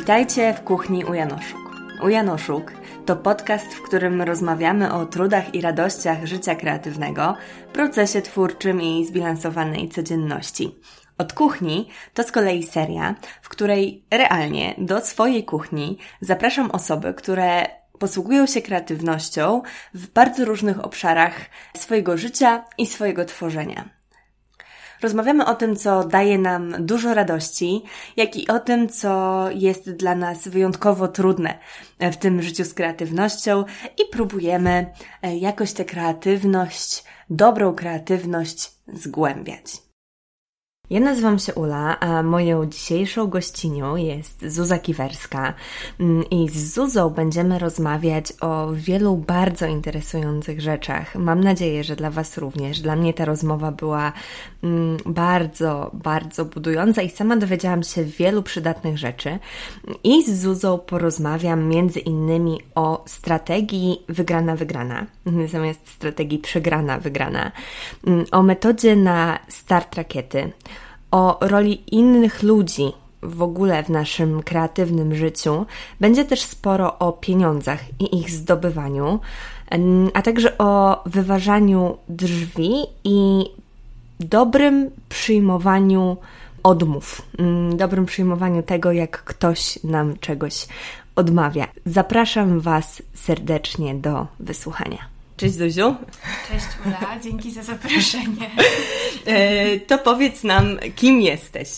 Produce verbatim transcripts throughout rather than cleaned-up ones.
Witajcie w kuchni u Janoszuk. U Janoszuk to podcast, w którym rozmawiamy o trudach i radościach życia kreatywnego, procesie twórczym i zbilansowanej codzienności. Od kuchni to z kolei seria, w której realnie do swojej kuchni zapraszam osoby, które posługują się kreatywnością w bardzo różnych obszarach swojego życia i swojego tworzenia. Rozmawiamy o tym, co daje nam dużo radości, jak i o tym, co jest dla nas wyjątkowo trudne w tym życiu z kreatywnością i próbujemy jakoś tę kreatywność, dobrą kreatywność zgłębiać. Ja nazywam się Ula, a moją dzisiejszą gościnią jest Zuza Kiwerska i z Zuzą będziemy rozmawiać o wielu bardzo interesujących rzeczach. Mam nadzieję, że dla Was również. Dla mnie ta rozmowa była bardzo, bardzo budująca i sama dowiedziałam się wielu przydatnych rzeczy. I z Zuzą porozmawiam między innymi o strategii wygrana-wygrana, zamiast strategii przegrana-wygrana, o metodzie na start rakiety, o roli innych ludzi w ogóle w naszym kreatywnym życiu. Będzie też sporo o pieniądzach i ich zdobywaniu, a także o wyważaniu drzwi i dobrym przyjmowaniu odmów, dobrym przyjmowaniu tego, jak ktoś nam czegoś odmawia. Zapraszam Was serdecznie do wysłuchania. Cześć Zuziu. Cześć Ula, dzięki za zaproszenie. E, to powiedz nam, kim jesteś?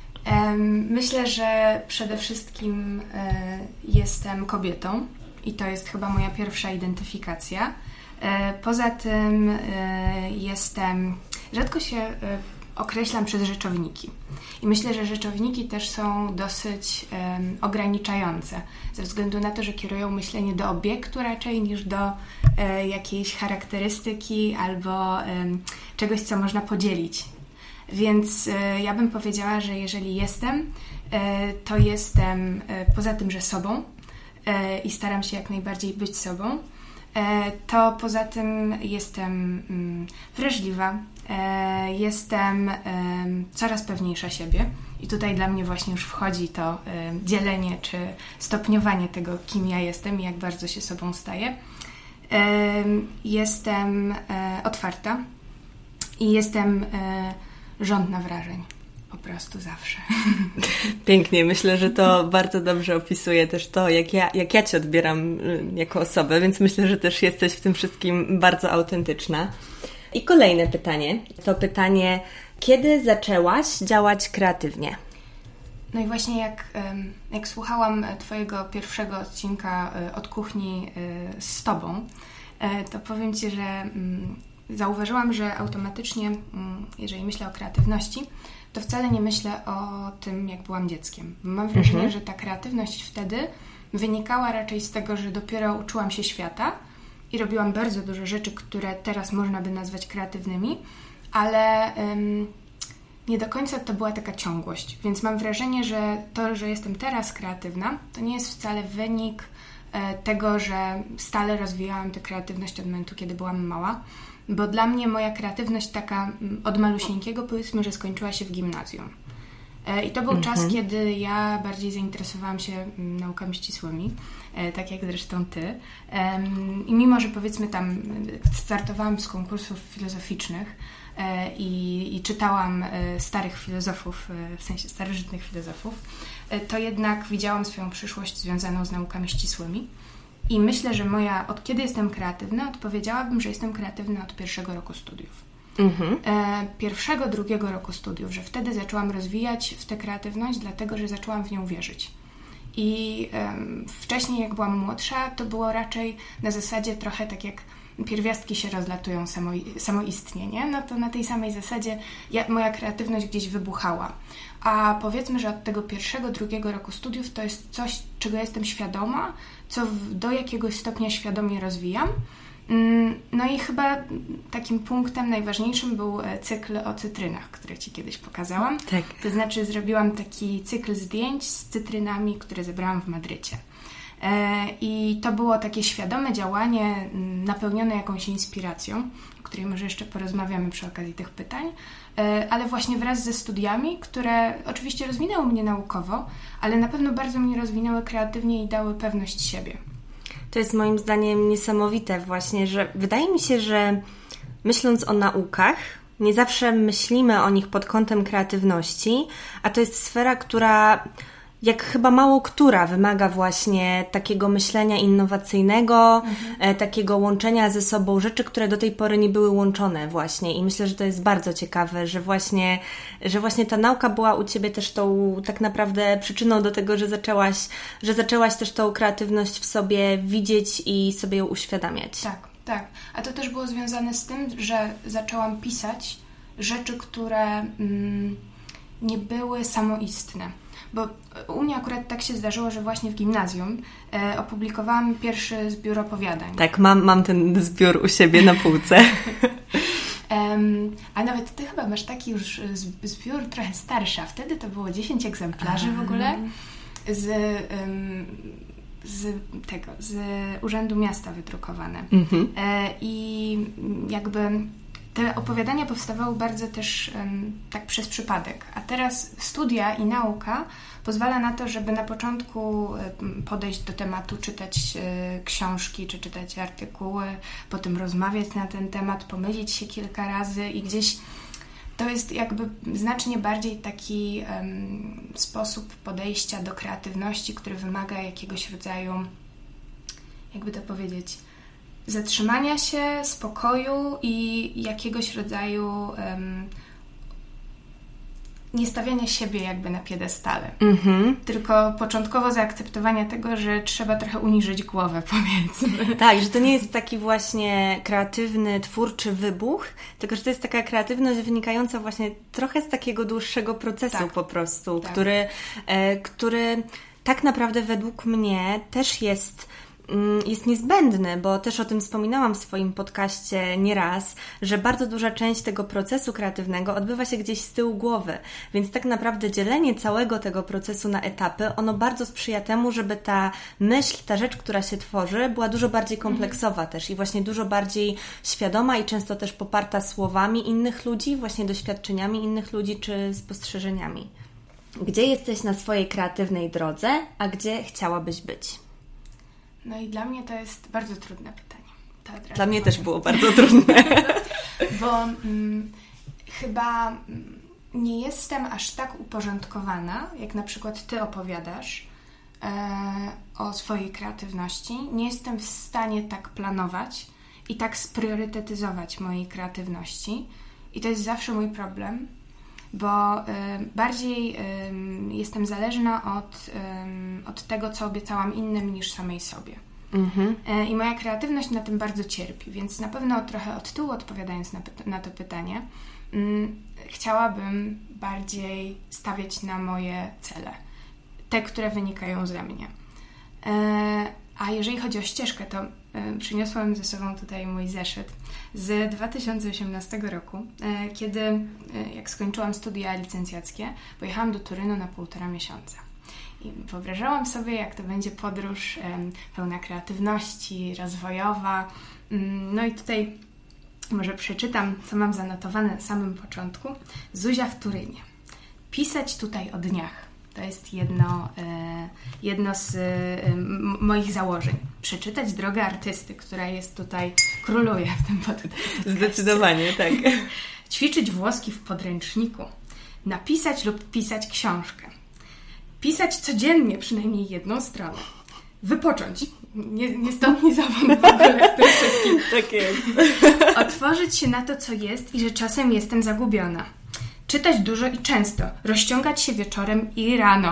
Myślę, że przede wszystkim e, jestem kobietą i to jest chyba moja pierwsza identyfikacja. E, poza tym e, jestem, rzadko się e, określam przez rzeczowniki. I myślę, że rzeczowniki też są dosyć um, ograniczające, ze względu na to, że kierują myślenie do obiektu raczej niż do e, jakiejś charakterystyki albo e, czegoś, co można podzielić. Więc e, ja bym powiedziała, że jeżeli jestem, e, to jestem e, poza tym, że sobą e, i staram się jak najbardziej być sobą, e, to poza tym jestem mm, wrażliwa, jestem coraz pewniejsza siebie i tutaj dla mnie właśnie już wchodzi to dzielenie czy stopniowanie tego, kim ja jestem i jak bardzo się sobą staję. Jestem otwarta i jestem żądna wrażeń. Po prostu zawsze. Pięknie. Myślę, że to bardzo dobrze opisuje też to, jak ja, jak ja Cię odbieram jako osobę, więc myślę, że też jesteś w tym wszystkim bardzo autentyczna. I kolejne pytanie, to pytanie, kiedy zaczęłaś działać kreatywnie? No i właśnie jak, jak słuchałam Twojego pierwszego odcinka od kuchni z Tobą, to powiem Ci, że zauważyłam, że automatycznie, jeżeli myślę o kreatywności, to wcale nie myślę o tym, jak byłam dzieckiem. Mam wrażenie, mhm. że ta kreatywność wtedy wynikała raczej z tego, że dopiero uczyłam się świata, i robiłam bardzo dużo rzeczy, które teraz można by nazwać kreatywnymi, ale ym, nie do końca to była taka ciągłość. Więc mam wrażenie, że to, że jestem teraz kreatywna, to nie jest wcale wynik e, tego, że stale rozwijałam tę kreatywność od momentu, kiedy byłam mała, bo dla mnie moja kreatywność taka od malusieńkiego, powiedzmy, że skończyła się w gimnazjum. I to był mhm. czas, kiedy ja bardziej zainteresowałam się naukami ścisłymi, tak jak zresztą Ty. I mimo, że powiedzmy tam startowałam z konkursów filozoficznych i, i czytałam starych filozofów, w sensie starożytnych filozofów, to jednak widziałam swoją przyszłość związaną z naukami ścisłymi. I myślę, że moja, od kiedy jestem kreatywna, odpowiedziałabym, że jestem kreatywna od pierwszego roku studiów. Mhm. Pierwszego, drugiego roku studiów, że wtedy zaczęłam rozwijać w tę kreatywność, dlatego, że zaczęłam w nią wierzyć. I um, wcześniej, jak byłam młodsza, to było raczej na zasadzie trochę tak jak pierwiastki się rozlatują samo, samoistnie, nie? No to na tej samej zasadzie ja, moja kreatywność gdzieś wybuchała. A powiedzmy, że od tego pierwszego, drugiego roku studiów to jest coś, czego jestem świadoma, co w, do jakiegoś stopnia świadomie rozwijam. No i chyba takim punktem najważniejszym był cykl o cytrynach, który Ci kiedyś pokazałam. Tak. To znaczy zrobiłam taki cykl zdjęć z cytrynami, które zebrałam w Madrycie. I to było takie świadome działanie napełnione jakąś inspiracją, o której może jeszcze porozmawiamy przy okazji tych pytań, ale właśnie wraz ze studiami, które oczywiście rozwinęły mnie naukowo, ale na pewno bardzo mnie rozwinęły kreatywnie i dały pewność siebie. To jest moim zdaniem niesamowite właśnie, że wydaje mi się, że myśląc o naukach, nie zawsze myślimy o nich pod kątem kreatywności, a to jest sfera, która jak chyba mało która wymaga właśnie takiego myślenia innowacyjnego, mhm. takiego łączenia ze sobą rzeczy, które do tej pory nie były łączone właśnie i myślę, że to jest bardzo ciekawe, że właśnie, że właśnie ta nauka była u Ciebie też tą tak naprawdę przyczyną do tego, że zaczęłaś, że zaczęłaś też tą kreatywność w sobie widzieć i sobie ją uświadamiać. Tak, tak. A to też było związane z tym, że zaczęłam pisać rzeczy, które mm, nie były samoistne. Bo u mnie akurat tak się zdarzyło, że właśnie w gimnazjum e, opublikowałam pierwszy zbiór opowiadań. Tak, mam, mam ten zbiór u siebie na półce. um, a nawet Ty chyba masz taki już zbiór trochę starszy, a wtedy to było dziesięć egzemplarzy w ogóle z, um, z tego, z Urzędu Miasta wydrukowane. Mhm. E, I jakby te opowiadania powstawały bardzo też um, tak przez przypadek, a teraz studia i nauka pozwala na to, żeby na początku um, podejść do tematu, czytać um, książki czy czytać artykuły, potem rozmawiać na ten temat, pomylić się kilka razy i gdzieś to jest jakby znacznie bardziej taki um, sposób podejścia do kreatywności, który wymaga jakiegoś rodzaju, jakby to powiedzieć, zatrzymania się, spokoju i jakiegoś rodzaju um, nie stawiania siebie jakby na piedestale. Mm-hmm. Tylko początkowo zaakceptowania tego, że trzeba trochę uniżyć głowę, powiedzmy. Tak, że to nie jest taki właśnie kreatywny, twórczy wybuch, tylko że to jest taka kreatywność wynikająca właśnie trochę z takiego dłuższego procesu tak. po prostu, tak. który, e, który tak naprawdę według mnie też jest jest niezbędny, bo też o tym wspominałam w swoim podcaście nieraz, że bardzo duża część tego procesu kreatywnego odbywa się gdzieś z tyłu głowy, więc tak naprawdę dzielenie całego tego procesu na etapy, ono bardzo sprzyja temu, żeby ta myśl, ta rzecz, która się tworzy, była dużo bardziej kompleksowa mhm. też i właśnie dużo bardziej świadoma i często też poparta słowami innych ludzi, właśnie doświadczeniami innych ludzi czy spostrzeżeniami. Gdzie jesteś na swojej kreatywnej drodze, a gdzie chciałabyś być? No i dla mnie to jest bardzo trudne pytanie. To dla mnie też było bardzo trudne. Bo mm, chyba mm, nie jestem aż tak uporządkowana, jak na przykład Ty opowiadasz e, o swojej kreatywności. Nie jestem w stanie tak planować i tak spriorytetyzować mojej kreatywności. I to jest zawsze mój problem, bo y, bardziej y, jestem zależna od, y, od tego, co obiecałam innym niż samej sobie. Mm-hmm. Y, I moja kreatywność na tym bardzo cierpi, więc na pewno trochę od tyłu odpowiadając na, py- na to pytanie, y, chciałabym bardziej stawiać na moje cele, te, które wynikają ze mnie. Y, a jeżeli chodzi o ścieżkę, to y, przyniosłam ze sobą tutaj mój zeszyt z dwa tysiące osiemnastego roku, y, kiedy y, jak skończyłam studia licencjackie, pojechałam do Turynu na półtora miesiąca. I wyobrażałam sobie, jak to będzie podróż y, pełna kreatywności, rozwojowa. Y, no i tutaj może przeczytam, co mam zanotowane na samym początku. Zuzia w Turynie. Pisać tutaj o dniach. To jest jedno, jedno z moich założeń. Przeczytać drogę artysty, która jest tutaj, króluje w tym podcaście. Zdecydowanie, tak. Ćwiczyć włoski w podręczniku. Napisać lub pisać książkę. Pisać codziennie przynajmniej jedną stronę. Wypocząć. Nie, nie stąd, nie zowąd w ogóle w tym wszystkim. Tak jest. Otworzyć się na to, co jest i że czasem jestem zagubiona. Czytać dużo i często, rozciągać się wieczorem i rano.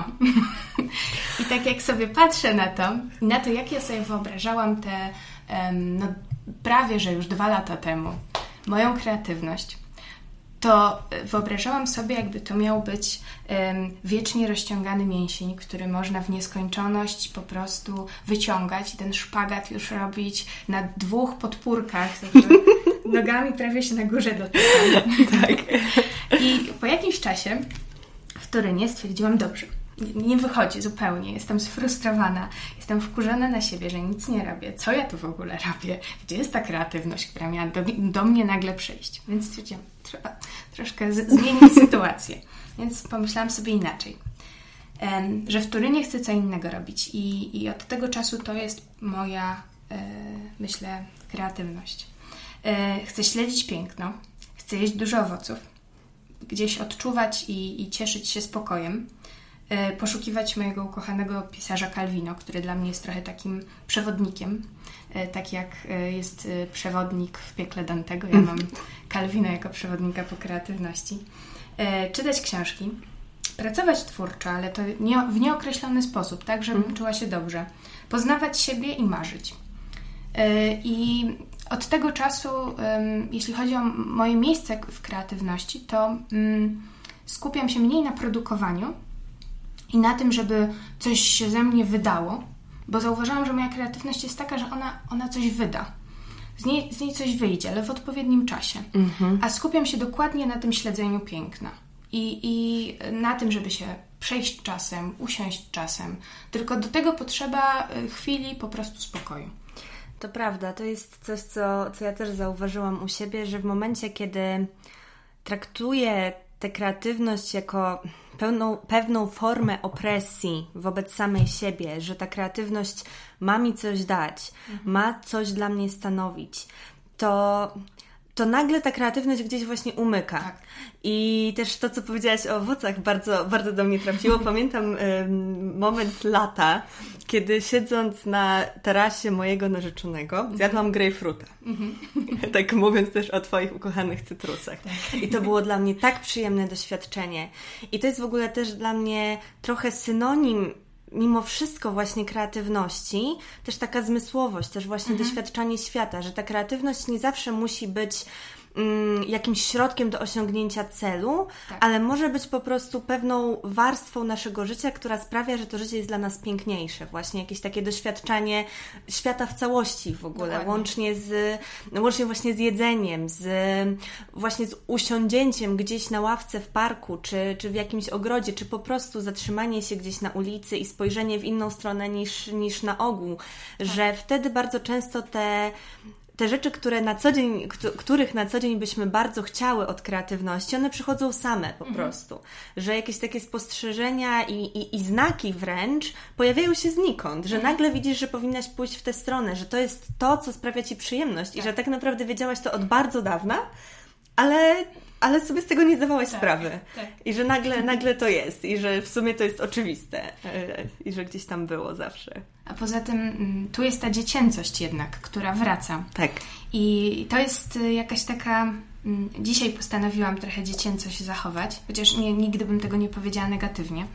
I tak jak sobie patrzę na to, na to jak ja sobie wyobrażałam te um, no, prawie, że już dwa lata temu, moją kreatywność, to wyobrażałam sobie, jakby to miał być um, wiecznie rozciągany mięsień, który można w nieskończoność po prostu wyciągać i ten szpagat już robić na dwóch podpórkach, nogami prawie się na górze dotykam. Tak. I po jakimś czasie w Turynie stwierdziłam, dobrze, nie wychodzi zupełnie. Jestem sfrustrowana, jestem wkurzona na siebie, że nic nie robię. Co ja tu w ogóle robię? Gdzie jest ta kreatywność, która miała do, do mnie nagle przyjść? Więc stwierdziłam, trzeba troszkę z, zmienić sytuację. Więc pomyślałam sobie inaczej, um, że w Turynie chcę co innego robić i, i od tego czasu to jest moja, e, myślę, kreatywność. E, chcę śledzić piękno, chcę jeść dużo owoców, gdzieś odczuwać i, i cieszyć się spokojem, e, poszukiwać mojego ukochanego pisarza Calvino, który dla mnie jest trochę takim przewodnikiem, e, tak jak e, jest e, przewodnik w piekle Dantego. Ja mam Calvino jako przewodnika po kreatywności. E, czytać książki, pracować twórczo, ale to nie, w nieokreślony sposób, tak, żebym mm. czuła się dobrze. Poznawać siebie i marzyć. E, I od tego czasu, um, jeśli chodzi o moje miejsce w kreatywności, to um, skupiam się mniej na produkowaniu i na tym, żeby coś się ze mnie wydało, bo zauważyłam, że moja kreatywność jest taka, że ona, ona coś wyda. Z niej, z niej coś wyjdzie, ale w odpowiednim czasie. Mm-hmm. A skupiam się dokładnie na tym śledzeniu piękna. I, I na tym, żeby się przejść czasem, usiąść czasem. Tylko do tego potrzeba chwili po prostu spokoju. To prawda, to jest coś, co, co ja też zauważyłam u siebie, że w momencie, kiedy traktuję tę kreatywność jako pełną, pewną formę opresji wobec samej siebie, że ta kreatywność ma mi coś dać, mhm. ma coś dla mnie stanowić, to, to nagle ta kreatywność gdzieś właśnie umyka. Tak. I też to, co powiedziałaś o owocach, bardzo, bardzo do mnie trafiło. Pamiętam um, moment lata, kiedy siedząc na tarasie mojego narzeczonego, zjadłam grejpfruta. Mm-hmm. Tak mówiąc też o Twoich ukochanych cytrusach. I to było dla mnie tak przyjemne doświadczenie. I to jest w ogóle też dla mnie trochę synonim mimo wszystko właśnie kreatywności, też taka zmysłowość, też właśnie mhm. doświadczanie świata, że ta kreatywność nie zawsze musi być mm, jakimś środkiem do osiągnięcia celu, tak. ale może być po prostu pewną warstwą naszego życia, która sprawia, że to życie jest dla nas piękniejsze. Właśnie jakieś takie doświadczanie świata w całości w ogóle, Dokładnie. łącznie z łącznie właśnie z jedzeniem, z właśnie z usiądzięciem gdzieś na ławce w parku, czy, czy w jakimś ogrodzie, czy po prostu zatrzymanie się gdzieś na ulicy i spojrzenie w inną stronę niż, niż na ogół, tak. że wtedy bardzo często te Te rzeczy, które na co dzień, których na co dzień byśmy bardzo chciały od kreatywności, one przychodzą same po mhm. prostu. Że jakieś takie spostrzeżenia i, i, i znaki wręcz pojawiają się znikąd. Że mhm. nagle widzisz, że powinnaś pójść w tę stronę, że to jest to, co sprawia Ci przyjemność tak. i że tak naprawdę wiedziałaś to od bardzo dawna, ale, ale sobie z tego nie zdawałaś tak, sprawy. Tak. I że nagle, nagle to jest. I że w sumie to jest oczywiste. I że gdzieś tam było zawsze. A poza tym tu jest ta dziecięcość jednak, która wraca. Tak. I to jest jakaś taka... Dzisiaj postanowiłam trochę dziecięcość zachować, chociaż nie, nigdy bym tego nie powiedziała negatywnie.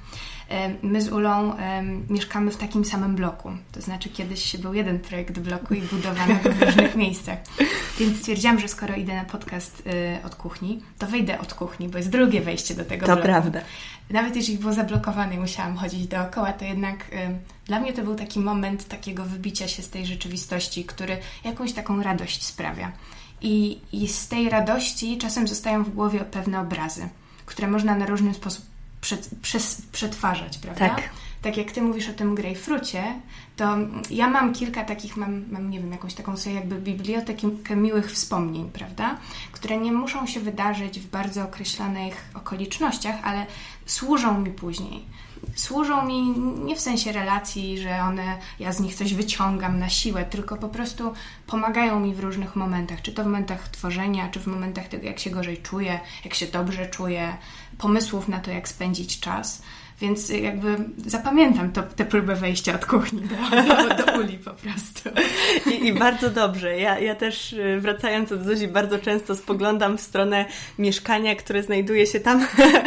My z Ulą um, mieszkamy w takim samym bloku. To znaczy kiedyś był jeden projekt bloku i budowano go w różnych miejscach. Więc stwierdziłam, że skoro idę na podcast y, od kuchni, to wejdę od kuchni, bo jest drugie wejście do tego to bloku. To prawda. Nawet jeśli było zablokowane i musiałam chodzić dookoła, to jednak y, dla mnie to był taki moment takiego wybicia się z tej rzeczywistości, który jakąś taką radość sprawia. I, I z tej radości czasem zostają w głowie pewne obrazy, które można na różny sposób przed, przez, przetwarzać, prawda? Tak. Tak jak Ty mówisz o tym grejpfrucie, to ja mam kilka takich, mam, mam nie wiem, jakąś taką sobie jakby bibliotekę miłych wspomnień, prawda? Które nie muszą się wydarzyć w bardzo określonych okolicznościach, ale służą mi później. Służą mi nie w sensie relacji, że one, ja z nich coś wyciągam na siłę, tylko po prostu pomagają mi w różnych momentach. Czy to w momentach tworzenia, czy w momentach tego, jak się gorzej czuję, jak się dobrze czuję, pomysłów na to, jak spędzić czas. Więc jakby zapamiętam to, tę próbę wejścia od kuchni do, do, do Uli po prostu. I, I bardzo dobrze. Ja, ja też wracając od Zuzi bardzo często spoglądam w stronę mieszkania, które znajduje się tam,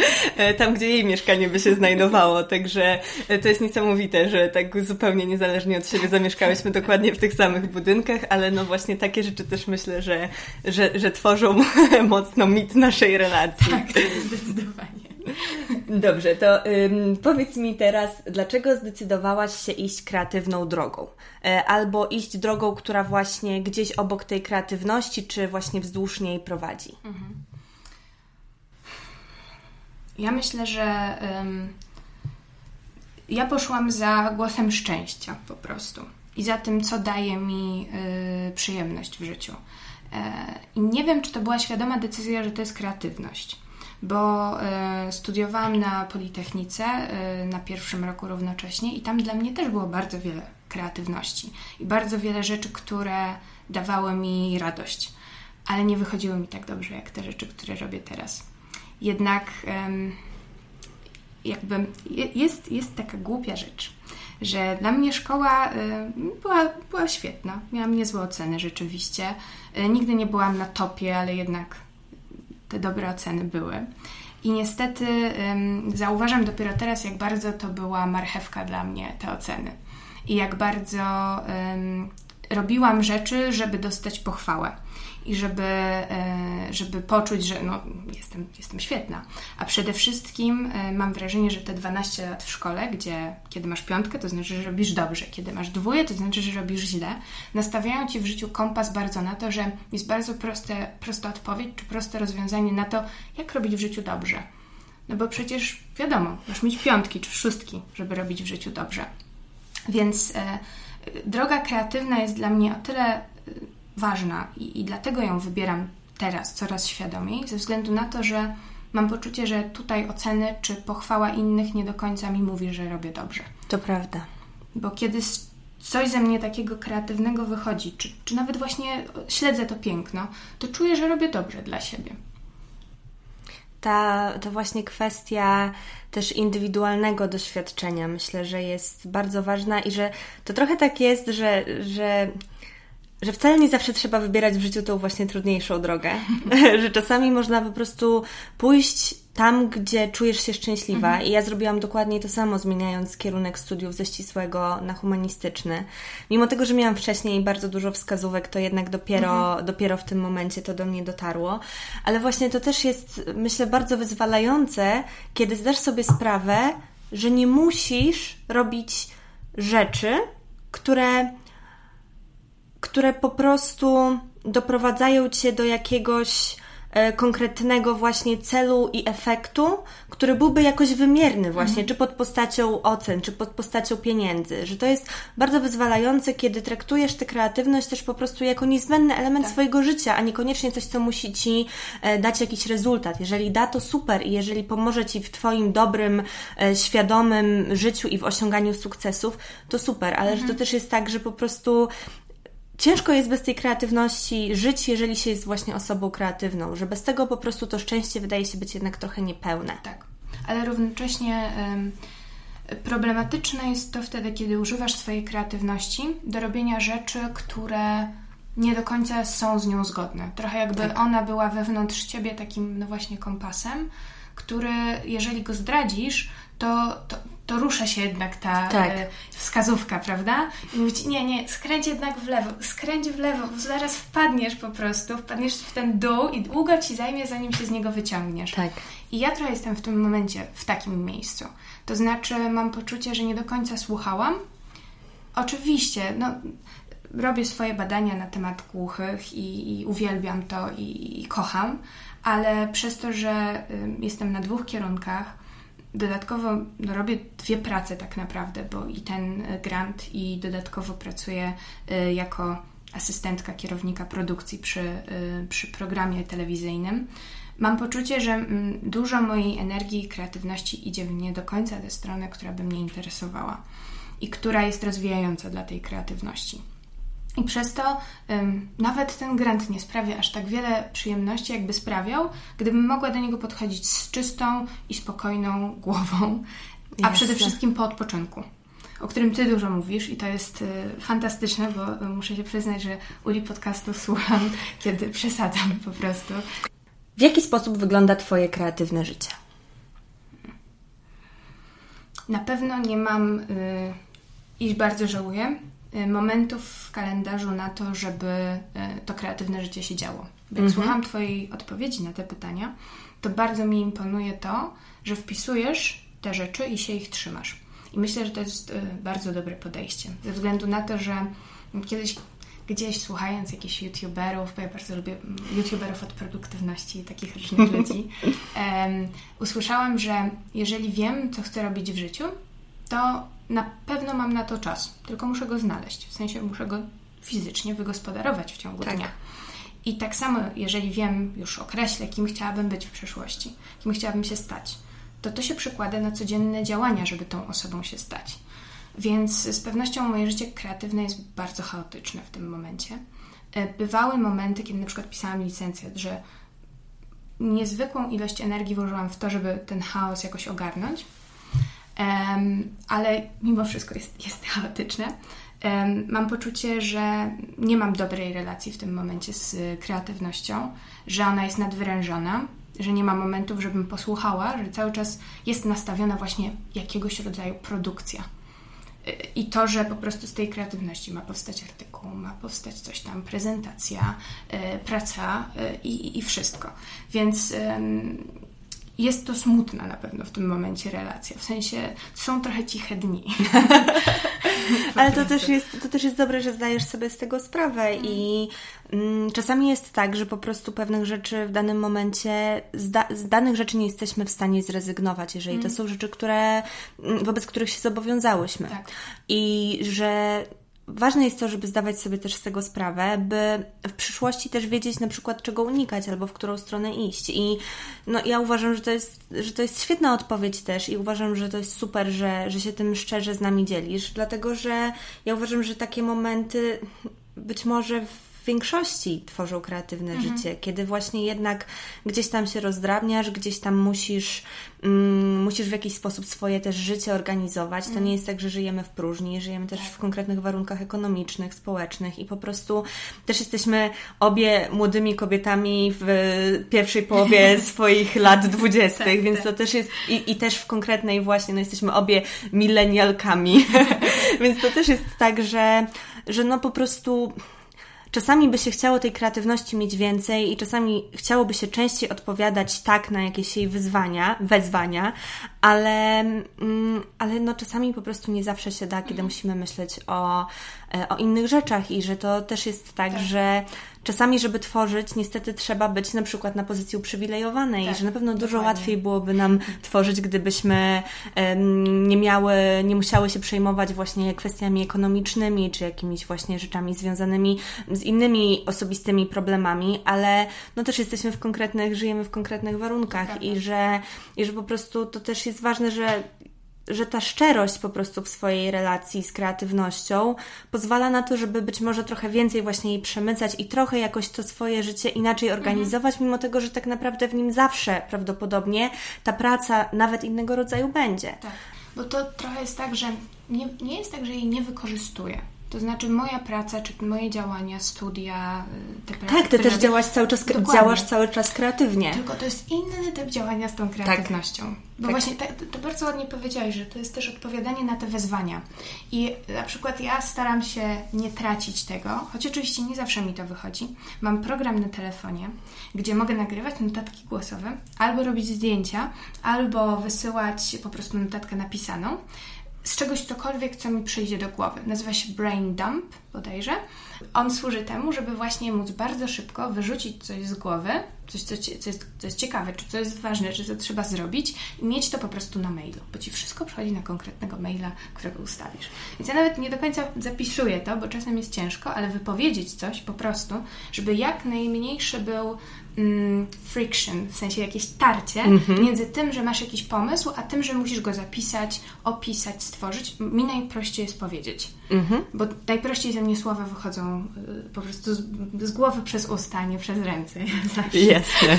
tam gdzie jej mieszkanie by się znajdowało. Także to jest niesamowite, że tak zupełnie niezależnie od siebie zamieszkałyśmy dokładnie w tych samych budynkach, ale no właśnie takie rzeczy też myślę, że, że, że tworzą mocno mit naszej relacji. Tak, zdecydowanie. Dobrze, to ym, powiedz mi teraz, dlaczego zdecydowałaś się iść kreatywną drogą? E, albo iść drogą, która właśnie gdzieś obok tej kreatywności, czy właśnie wzdłuż niej prowadzi? Mhm. Ja myślę, że ym, ja poszłam za głosem szczęścia po prostu i za tym, co daje mi y, przyjemność w życiu. I nie wiem, czy to była świadoma decyzja, że to jest kreatywność, bo y, studiowałam na Politechnice y, na pierwszym roku równocześnie i tam dla mnie też było bardzo wiele kreatywności i bardzo wiele rzeczy, które dawały mi radość, ale nie wychodziły mi tak dobrze, jak te rzeczy, które robię teraz. Jednak y, jakby jest, jest taka głupia rzecz, że dla mnie szkoła y, była, była świetna. Miałam niezłe oceny rzeczywiście. Y, nigdy nie byłam na topie, ale jednak te dobre oceny były. I niestety y, zauważam dopiero teraz, jak bardzo to była marchewka dla mnie, te oceny. I jak bardzo y, robiłam rzeczy, żeby dostać pochwałę. I żeby, żeby poczuć, że no, jestem, jestem świetna. A przede wszystkim mam wrażenie, że te dwanaście lat w szkole, gdzie kiedy masz piątkę, to znaczy, że robisz dobrze. Kiedy masz dwóje, to znaczy, że robisz źle. Nastawiają Ci w życiu kompas bardzo na to, że jest bardzo proste, prosta odpowiedź, czy proste rozwiązanie na to, jak robić w życiu dobrze. No bo przecież wiadomo, masz mieć piątki czy szóstki, żeby robić w życiu dobrze. Więc e, droga kreatywna jest dla mnie o tyle ważna i, i dlatego ją wybieram teraz coraz świadomiej, ze względu na to, że mam poczucie, że tutaj oceny czy pochwała innych nie do końca mi mówi, że robię dobrze. To prawda. Bo kiedy coś ze mnie takiego kreatywnego wychodzi, czy, czy nawet właśnie śledzę to piękno, to czuję, że robię dobrze dla siebie. Ta, to właśnie kwestia też indywidualnego doświadczenia myślę, że jest bardzo ważna i że to trochę tak jest, że, że że wcale nie zawsze trzeba wybierać w życiu tą właśnie trudniejszą drogę, że czasami można po prostu pójść tam, gdzie czujesz się szczęśliwa. Mhm. I ja zrobiłam dokładnie to samo, zmieniając kierunek studiów ze ścisłego na humanistyczny. Mimo tego, że miałam wcześniej bardzo dużo wskazówek, to jednak dopiero, mhm. dopiero w tym momencie to do mnie dotarło. Ale właśnie to też jest, myślę, bardzo wyzwalające, kiedy zdasz sobie sprawę, że nie musisz robić rzeczy, które... które po prostu doprowadzają Cię do jakiegoś e, konkretnego właśnie celu i efektu, który byłby jakoś wymierny właśnie, mhm. czy pod postacią ocen, czy pod postacią pieniędzy. Że to jest bardzo wyzwalające, kiedy traktujesz tę kreatywność też po prostu jako niezbędny element tak. swojego życia, a niekoniecznie coś, co musi Ci e, dać jakiś rezultat. Jeżeli da, to super i jeżeli pomoże Ci w Twoim dobrym, e, świadomym życiu i w osiąganiu sukcesów, to super. Ale mhm. że to też jest tak, że po prostu ciężko jest bez tej kreatywności żyć, jeżeli się jest właśnie osobą kreatywną, że bez tego po prostu to szczęście wydaje się być jednak trochę niepełne. Tak, ale równocześnie ym, problematyczne jest to wtedy, kiedy używasz swojej kreatywności do robienia rzeczy, które nie do końca są z nią zgodne. Trochę jakby tak. ona była wewnątrz Ciebie takim, no właśnie, kompasem, który, jeżeli go zdradzisz, to, to, to rusza się jednak ta tak. e, wskazówka, prawda? I mówić, nie, nie, skręć jednak w lewo, skręć w lewo, bo zaraz wpadniesz po prostu, wpadniesz w ten dół i długo Ci zajmie, zanim się z niego wyciągniesz. Tak. I ja trochę jestem w tym momencie w takim miejscu. To znaczy mam poczucie, że nie do końca słuchałam. Oczywiście, no, robię swoje badania na temat głuchych i, i uwielbiam to i, i kocham, ale przez to, że y, jestem na dwóch kierunkach, dodatkowo no, robię dwie prace tak naprawdę, bo i ten grant i dodatkowo pracuję y, jako asystentka kierownika produkcji przy, y, przy programie telewizyjnym. Mam poczucie, że mm, dużo mojej energii i kreatywności idzie w nie do końca tę stronę, która by mnie interesowała i która jest rozwijająca dla tej kreatywności. I przez to ym, nawet ten grant nie sprawia aż tak wiele przyjemności, jakby sprawiał, gdybym mogła do niego podchodzić z czystą i spokojną głową, a Jasne. Przede wszystkim po odpoczynku, o którym Ty dużo mówisz i to jest y, fantastyczne, bo y, muszę się przyznać, że Uli podcastu słucham, kiedy przesadzam po prostu. W jaki sposób wygląda Twoje kreatywne życie? Na pewno nie mam y, i bardzo żałuję momentów w kalendarzu na to, żeby to kreatywne życie się działo. Jak mhm. słucham Twojej odpowiedzi na te pytania, to bardzo mi imponuje to, że wpisujesz te rzeczy i się ich trzymasz. I myślę, że to jest bardzo dobre podejście. Ze względu na to, że kiedyś gdzieś słuchając jakichś youtuberów, bo ja bardzo lubię youtuberów od produktywności i takich różnych ludzi, um, usłyszałam, że jeżeli wiem, co chcę robić w życiu, to na pewno mam na to czas, tylko muszę go znaleźć, w sensie muszę go fizycznie wygospodarować w ciągu tak. dnia. I tak samo, jeżeli wiem, już określę, kim chciałabym być w przyszłości, kim chciałabym się stać, to to się przekłada na codzienne działania, żeby tą osobą się stać. Więc z pewnością moje życie kreatywne jest bardzo chaotyczne w tym momencie. Bywały momenty, kiedy na przykład pisałam licencjat, że niezwykłą ilość energii włożyłam w to, żeby ten chaos jakoś ogarnąć, um, ale mimo wszystko jest, jest chaotyczne. Um, mam poczucie, że nie mam dobrej relacji w tym momencie z kreatywnością, że ona jest nadwyrężona, że nie ma momentów, żebym posłuchała, że cały czas jest nastawiona właśnie jakiegoś rodzaju produkcja. I to, że po prostu z tej kreatywności ma powstać artykuł, ma powstać coś tam, prezentacja, yy, praca yy, i, i wszystko. Więc yy, jest to smutna na pewno w tym momencie relacja. W sensie są trochę ciche dni. Ale to też, jest, to też jest dobre, że zdajesz sobie z tego sprawę mm. i mm, czasami jest tak, że po prostu pewnych rzeczy w danym momencie, z, da, z danych rzeczy nie jesteśmy w stanie zrezygnować, jeżeli mm. to są rzeczy, które, wobec których się zobowiązałyśmy. Tak. I że ważne jest to, żeby zdawać sobie też z tego sprawę, by w przyszłości też wiedzieć na przykład czego unikać albo w którą stronę iść. I no, ja uważam, że to jest, że to jest świetna odpowiedź też i uważam, że to jest super, że, że się tym szczerze z nami dzielisz, dlatego że ja uważam, że takie momenty być może w w większości tworzą kreatywne mhm. życie, kiedy właśnie jednak gdzieś tam się rozdrabniasz, gdzieś tam musisz, mm, musisz w jakiś sposób swoje też życie organizować. Mhm. To nie jest tak, że żyjemy w próżni, żyjemy też w konkretnych warunkach ekonomicznych, społecznych i po prostu też jesteśmy obie młodymi kobietami w pierwszej połowie swoich lat dwudziestych, tak, więc tak. to też jest i, i też w konkretnej właśnie, no jesteśmy obie milenialkami, więc to też jest tak, że, że no po prostu czasami by się chciało tej kreatywności mieć więcej i czasami chciałoby się częściej odpowiadać tak na jakieś jej wyzwania, wezwania, ale, mm, ale no czasami po prostu nie zawsze się da, kiedy musimy myśleć o, o innych rzeczach i że to też jest tak, tak. że czasami, żeby tworzyć, niestety trzeba być na przykład na pozycji uprzywilejowanej, tak, że na pewno dużo dokładnie. Łatwiej byłoby nam tworzyć, gdybyśmy um, nie miały, nie musiały się przejmować właśnie kwestiami ekonomicznymi, czy jakimiś właśnie rzeczami związanymi z innymi osobistymi problemami, ale no też jesteśmy w konkretnych, żyjemy w konkretnych warunkach tak, i że, i że po prostu to też jest ważne, że że ta szczerość po prostu w swojej relacji z kreatywnością pozwala na to, żeby być może trochę więcej właśnie jej przemycać i trochę jakoś to swoje życie inaczej organizować, mhm. mimo tego, że tak naprawdę w nim zawsze prawdopodobnie ta praca nawet innego rodzaju będzie. Tak, bo to trochę jest tak, że nie, nie jest tak, że jej nie wykorzystuję. To znaczy moja praca, czy moje działania, studia, te prace, tak, ty też działasz cały czas, działasz cały czas kreatywnie. Tylko to jest inny typ działania z tą kreatywnością. Tak. Bo tak. właśnie to, to bardzo ładnie powiedziałaś, że to jest też odpowiadanie na te wezwania. I na przykład ja staram się nie tracić tego, choć oczywiście nie zawsze mi to wychodzi. Mam program na telefonie, gdzie mogę nagrywać notatki głosowe, albo robić zdjęcia, albo wysyłać po prostu notatkę napisaną z czegoś cokolwiek, co mi przyjdzie do głowy. Nazywa się Brain Dump bodajże. On służy temu, żeby właśnie móc bardzo szybko wyrzucić coś z głowy, coś, co, co, jest, co jest ciekawe, czy co jest ważne, czy co trzeba zrobić i mieć to po prostu na mailu, bo Ci wszystko przychodzi na konkretnego maila, którego ustawisz. Więc ja nawet nie do końca zapisuję to, bo czasem jest ciężko, ale wypowiedzieć coś po prostu, żeby jak najmniejszy był mm, friction, w sensie jakieś tarcie mm-hmm. między tym, że masz jakiś pomysł, a tym, że musisz go zapisać, opisać, stworzyć. Mi najprościej jest powiedzieć. Mm-hmm. Bo najprościej ze mnie słowa wychodzą y, po prostu z, z głowy przez usta, nie przez ręce. Jasne.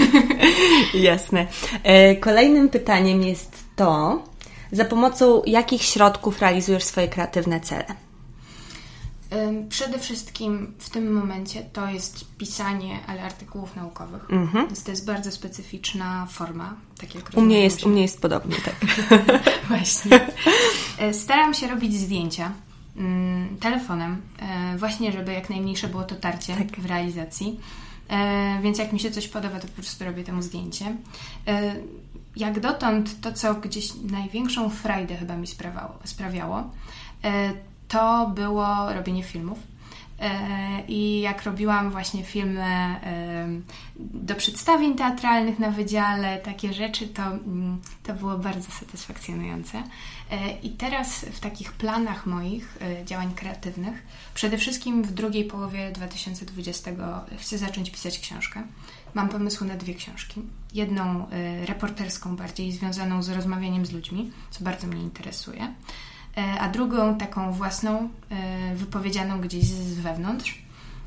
Jasne. E, kolejnym pytaniem jest to, za pomocą jakich środków realizujesz swoje kreatywne cele? Przede wszystkim w tym momencie to jest pisanie, ale artykułów naukowych. Mhm. Więc to jest bardzo specyficzna forma. Tak jak u, mnie jest, u mnie jest podobnie, tak. Właśnie. Staram się robić zdjęcia mm, telefonem, e, właśnie żeby jak najmniejsze było to tarcie tak. w realizacji. E, więc jak mi się coś podoba, to po prostu robię temu zdjęcie. E, jak dotąd to, co gdzieś największą frajdę chyba mi sprawiało, sprawiało e, to było robienie filmów. I jak robiłam właśnie filmy do przedstawień teatralnych na wydziale, takie rzeczy, to, to było bardzo satysfakcjonujące. I teraz w takich planach moich działań kreatywnych, przede wszystkim w drugiej połowie dwa tysiące dwudziestego chcę zacząć pisać książkę. Mam pomysły na dwie książki. Jedną reporterską, bardziej związaną z rozmawianiem z ludźmi, co bardzo mnie interesuje, a drugą taką własną, wypowiedzianą gdzieś z wewnątrz.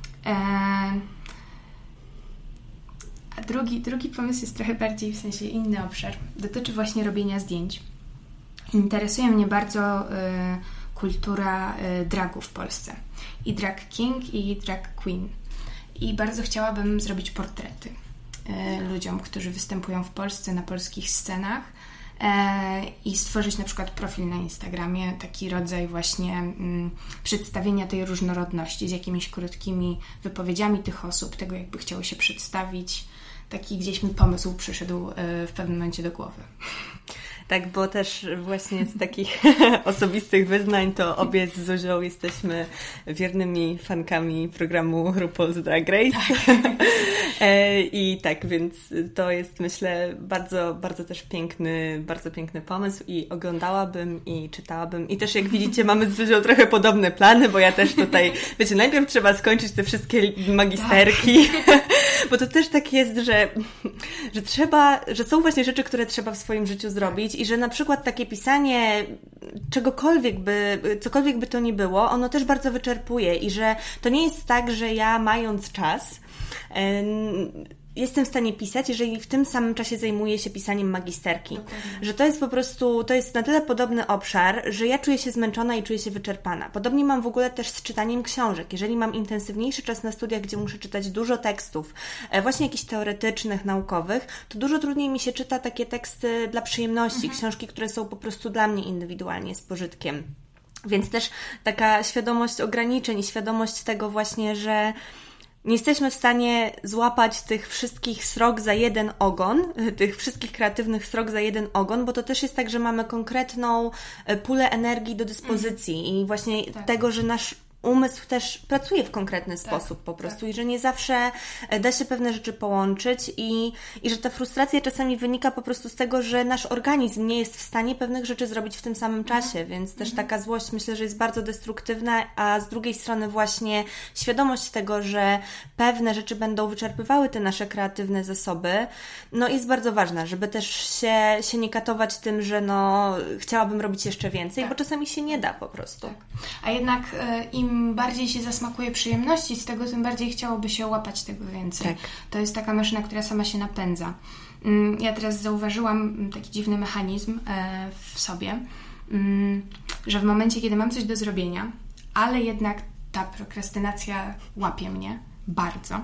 A drugi, drugi pomysł jest trochę bardziej, w sensie inny obszar. Dotyczy właśnie robienia zdjęć. Interesuje mnie bardzo kultura dragu w Polsce. I drag king, i drag queen. I bardzo chciałabym zrobić portrety ludziom, którzy występują w Polsce na polskich scenach, i stworzyć na przykład profil na Instagramie, taki rodzaj właśnie mm, przedstawienia tej różnorodności z jakimiś krótkimi wypowiedziami tych osób, tego jakby chciało się przedstawić. Taki gdzieś mi pomysł przyszedł w pewnym momencie do głowy. Tak, bo też właśnie z takich osobistych wyznań to obie z Zuzią jesteśmy wiernymi fankami programu RuPaul's Drag Race. Tak. I tak, więc to jest, myślę, bardzo, bardzo też piękny, bardzo piękny pomysł i oglądałabym i czytałabym. I też jak widzicie, mamy z Zuzią trochę podobne plany, bo ja też tutaj, wiecie, najpierw trzeba skończyć te wszystkie magisterki, tak. Bo to też tak jest, że, że trzeba, że są właśnie rzeczy, które trzeba w swoim życiu zrobić i że na przykład takie pisanie czegokolwiek by, cokolwiek by to nie było, ono też bardzo wyczerpuje i że to nie jest tak, że ja mając czas yy, jestem w stanie pisać, jeżeli w tym samym czasie zajmuję się pisaniem magisterki. Dokładnie. Że to jest po prostu, to jest na tyle podobny obszar, że ja czuję się zmęczona i czuję się wyczerpana. Podobnie mam w ogóle też z czytaniem książek. Jeżeli mam intensywniejszy czas na studiach, gdzie muszę czytać dużo tekstów, właśnie jakichś teoretycznych, naukowych, to dużo trudniej mi się czyta takie teksty dla przyjemności, mhm. książki, które są po prostu dla mnie indywidualnie z pożytkiem. Więc też taka świadomość ograniczeń i świadomość tego właśnie, że nie jesteśmy w stanie złapać tych wszystkich srok za jeden ogon, tych wszystkich kreatywnych srok za jeden ogon, bo to też jest tak, że mamy konkretną pulę energii do dyspozycji mm. i właśnie tak. tego, że nasz umysł też pracuje w konkretny tak, sposób po prostu tak. i że nie zawsze da się pewne rzeczy połączyć i, i że ta frustracja czasami wynika po prostu z tego, że nasz organizm nie jest w stanie pewnych rzeczy zrobić w tym samym czasie, mhm. więc też mhm. taka złość myślę, że jest bardzo destruktywna, a z drugiej strony właśnie świadomość tego, że pewne rzeczy będą wyczerpywały te nasze kreatywne zasoby, no jest bardzo ważna, żeby też się, się nie katować tym, że no chciałabym robić jeszcze więcej, tak. bo czasami się nie da po prostu. Tak. A jednak im Im bardziej się zasmakuje przyjemności z tego, tym bardziej chciałoby się łapać tego więcej. Tak. To jest taka maszyna, która sama się napędza. Ja teraz zauważyłam taki dziwny mechanizm w sobie, że w momencie, kiedy mam coś do zrobienia, ale jednak ta prokrastynacja łapie mnie bardzo,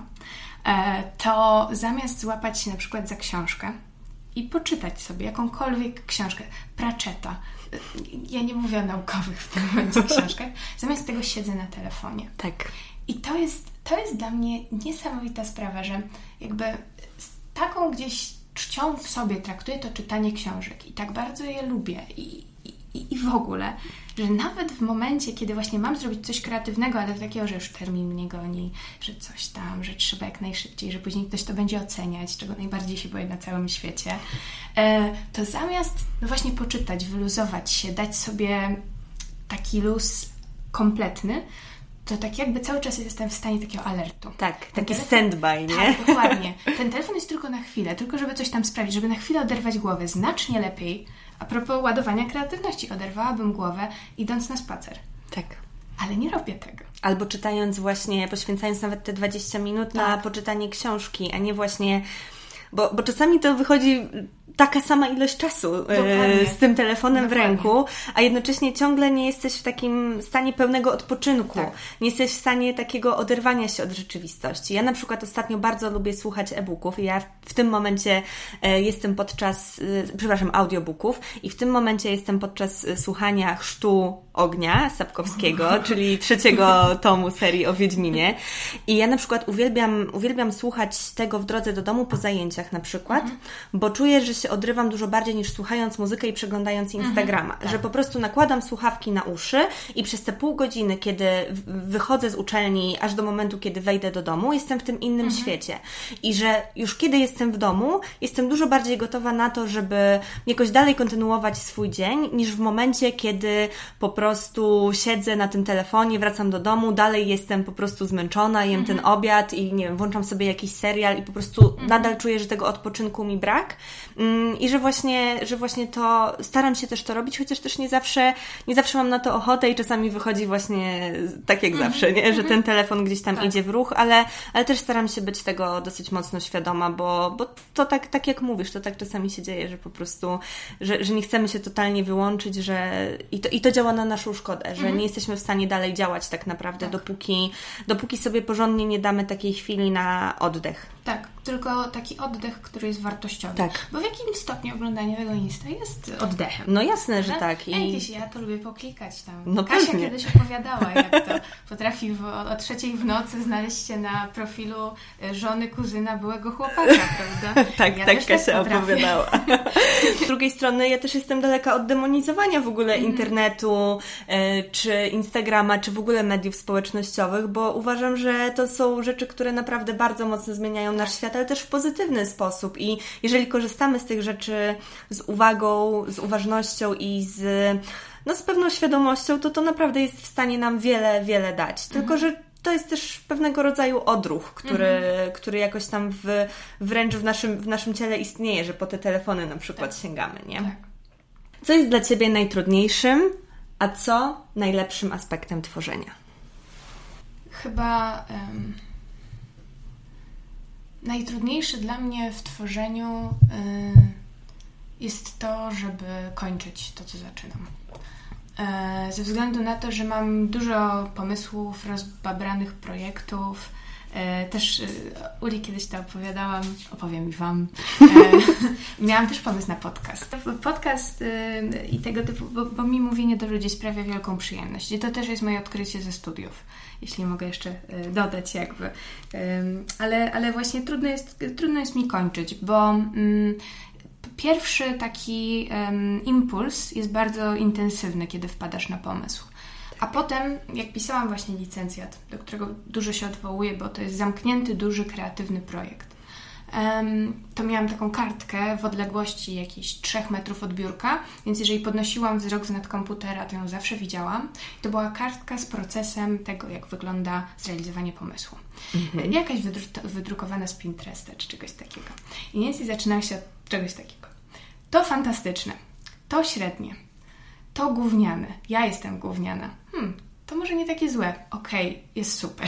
to zamiast złapać się na przykład za książkę i poczytać sobie jakąkolwiek książkę, Pratchetta, ja nie mówię o naukowych w tym momencie książkach, zamiast tego siedzę na telefonie. Tak. I to jest, to jest dla mnie niesamowita sprawa, że jakby z taką gdzieś czcią w sobie traktuję to czytanie książek i tak bardzo je lubię i, i, i w ogóle, że nawet w momencie, kiedy właśnie mam zrobić coś kreatywnego, ale takiego, że już termin mnie goni, że coś tam, że trzeba jak najszybciej, że później ktoś to będzie oceniać, czego najbardziej się boję na całym świecie, to zamiast no właśnie poczytać, wyluzować się, dać sobie taki luz kompletny, to tak jakby cały czas jestem w stanie takiego alertu. Tak, Ten taki telefon, stand-by, nie? Tak, dokładnie. Ten telefon jest tylko na chwilę, tylko żeby coś tam sprawić, żeby na chwilę oderwać głowę. Znacznie lepiej, a propos ładowania kreatywności, oderwałabym głowę idąc na spacer. Tak. Ale nie robię tego. Albo czytając właśnie, poświęcając nawet te dwadzieścia minut tak. na poczytanie książki, a nie właśnie... Bo, bo czasami to wychodzi taka sama ilość czasu e, z tym telefonem Dokładnie. w ręku, a jednocześnie ciągle nie jesteś w takim stanie pełnego odpoczynku. Tak. Nie jesteś w stanie takiego oderwania się od rzeczywistości. Ja na przykład ostatnio bardzo lubię słuchać e-booków i ja w tym momencie e, jestem podczas, e, przepraszam, audiobooków i w tym momencie jestem podczas słuchania Chrztu Ognia Sapkowskiego, czyli trzeciego tomu serii o Wiedźminie. I ja na przykład uwielbiam, uwielbiam słuchać tego w drodze do domu po zajęciach, wiadomościach na przykład, mhm. bo czuję, że się odrywam dużo bardziej niż słuchając muzykę i przeglądając Instagrama. Mhm, że tak. po prostu nakładam słuchawki na uszy i przez te pół godziny, kiedy wychodzę z uczelni, aż do momentu, kiedy wejdę do domu, jestem w tym innym mhm. świecie. I że już kiedy jestem w domu, jestem dużo bardziej gotowa na to, żeby jakoś dalej kontynuować swój dzień, niż w momencie, kiedy po prostu siedzę na tym telefonie, wracam do domu, dalej jestem po prostu zmęczona, jem mhm. ten obiad i nie wiem, włączam sobie jakiś serial i po prostu mhm. nadal czuję, że tego odpoczynku mi brak. I że właśnie, że właśnie to staram się też to robić, chociaż też nie zawsze, nie zawsze mam na to ochotę i czasami wychodzi właśnie tak jak mm-hmm. zawsze, nie? Że ten telefon gdzieś tam tak. idzie w ruch, ale, ale też staram się być tego dosyć mocno świadoma, bo, bo to tak, tak jak mówisz, to tak czasami się dzieje, że po prostu, że, że nie chcemy się totalnie wyłączyć, że i to, i to działa na naszą szkodę, że mm-hmm. nie jesteśmy w stanie dalej działać tak naprawdę, tak. dopóki, dopóki sobie porządnie nie damy takiej chwili na oddech. Tak, tylko taki oddech, który jest wartościowy. Tak. Bo w jakim stopniu oglądanie tego Insta jest oddechem? No jasne, że tak. I... Jakieś, ja to lubię poklikać tam. No Kasia pewnie. kiedyś opowiadała, jak to potrafi w, o trzeciej w nocy znaleźć się na profilu żony kuzyna byłego chłopaka, prawda? tak, ja tak Kasia tak opowiadała. Z drugiej strony ja też jestem daleka od demonizowania w ogóle mm. internetu, y, czy Instagrama, czy w ogóle mediów społecznościowych, bo uważam, że to są rzeczy, które naprawdę bardzo mocno zmieniają nasz świat, ale też w pozytywny sposób i jeżeli korzystamy z tych rzeczy z uwagą, z uważnością i z, no, z pewną świadomością, to to naprawdę jest w stanie nam wiele, wiele dać. Mhm. Tylko, że to jest też pewnego rodzaju odruch, który, mhm. który jakoś tam w, wręcz w naszym, w naszym ciele istnieje, że po te telefony na przykład tak. sięgamy, nie? Tak. Co jest dla Ciebie najtrudniejszym, a co najlepszym aspektem tworzenia? Chyba... Um... Najtrudniejsze dla mnie w tworzeniu y, jest to, żeby kończyć to, co zaczynam. Y, ze względu na to, że mam dużo pomysłów, rozbabranych projektów. Y, też y, Uli kiedyś to opowiadałam, opowiem i Wam. Y, miałam też pomysł na podcast. Podcast y, i tego typu, bo, bo mi mówienie do ludzi sprawia wielką przyjemność. I to też jest moje odkrycie ze studiów. Jeśli mogę jeszcze dodać jakby. Ale, ale właśnie trudno jest, trudno jest mi kończyć, bo um, pierwszy taki um, impuls jest bardzo intensywny, kiedy wpadasz na pomysł. A potem, jak pisałam właśnie licencjat, do którego dużo się odwołuję, bo to jest zamknięty, duży, kreatywny projekt, um, to miałam taką kartkę w odległości jakichś trzech metrów od biurka, więc jeżeli podnosiłam wzrok z nad komputera, to ją zawsze widziałam. To była kartka z procesem tego, jak wygląda zrealizowanie pomysłu. Mhm. Jakaś wydru- wydrukowana z Pinteresta czy czegoś takiego. I Nancy zaczynała się od czegoś takiego. To fantastyczne, to średnie, to gówniane, ja jestem gówniana. Hmm, to może nie takie złe. Okej, okay, jest super.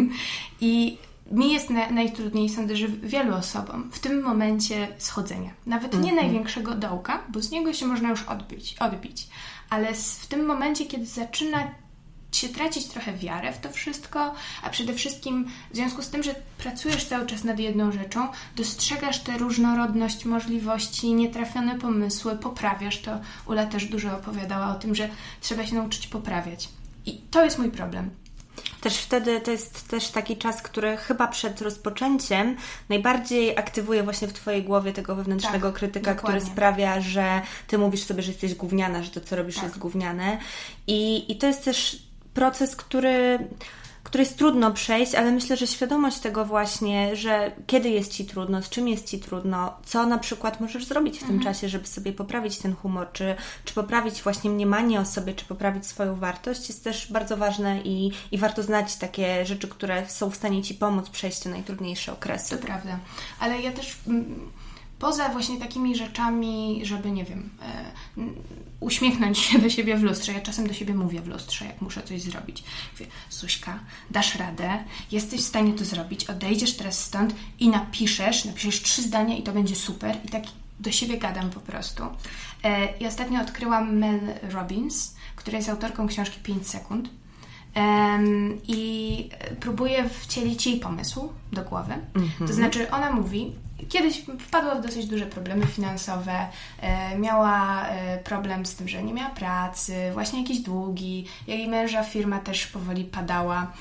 I mi jest na, najtrudniej, sądzę, że wielu osobom w tym momencie schodzenia. Nawet nie mm-hmm. największego dołka, bo z niego się można już odbić, odbić. Ale w tym momencie, kiedy zaczyna się tracić trochę wiarę w to wszystko, a przede wszystkim w związku z tym, że pracujesz cały czas nad jedną rzeczą, dostrzegasz tę różnorodność możliwości, nietrafione pomysły, poprawiasz to. Ula też dużo opowiadała o tym, że trzeba się nauczyć poprawiać. I to jest mój problem. Też wtedy to jest też taki czas, który chyba przed rozpoczęciem najbardziej aktywuje właśnie w Twojej głowie tego wewnętrznego tak, krytyka, dokładnie. Który sprawia, że Ty mówisz sobie, że jesteś gówniana, że to, co robisz, tak. jest gówniane. I, i to jest też proces, który, który jest trudno przejść, ale myślę, że świadomość tego właśnie, że kiedy jest Ci trudno, z czym jest Ci trudno, co na przykład możesz zrobić w mhm. tym czasie, żeby sobie poprawić ten humor, czy, czy poprawić właśnie mniemanie o sobie, czy poprawić swoją wartość, jest też bardzo ważne i, i warto znać takie rzeczy, które są w stanie Ci pomóc przejść te najtrudniejsze okresy. To prawda, ale ja też... Poza właśnie takimi rzeczami, żeby, nie wiem, e, uśmiechnąć się do siebie w lustrze. Ja czasem do siebie mówię w lustrze, jak muszę coś zrobić. Mówię, Zuśka, dasz radę, jesteś w stanie to zrobić, odejdziesz teraz stąd i napiszesz, napiszesz trzy zdania i to będzie super. I tak do siebie gadam po prostu. E, I ostatnio odkryłam Mel Robbins, która jest autorką książki pięć sekund. Um, I próbuję wcielić jej pomysł do głowy. Mm-hmm. To znaczy ona mówi, kiedyś wpadła w dosyć duże problemy finansowe, e, miała e, problem z tym, że nie miała pracy, właśnie jakieś długi, jej męża firma też powoli padała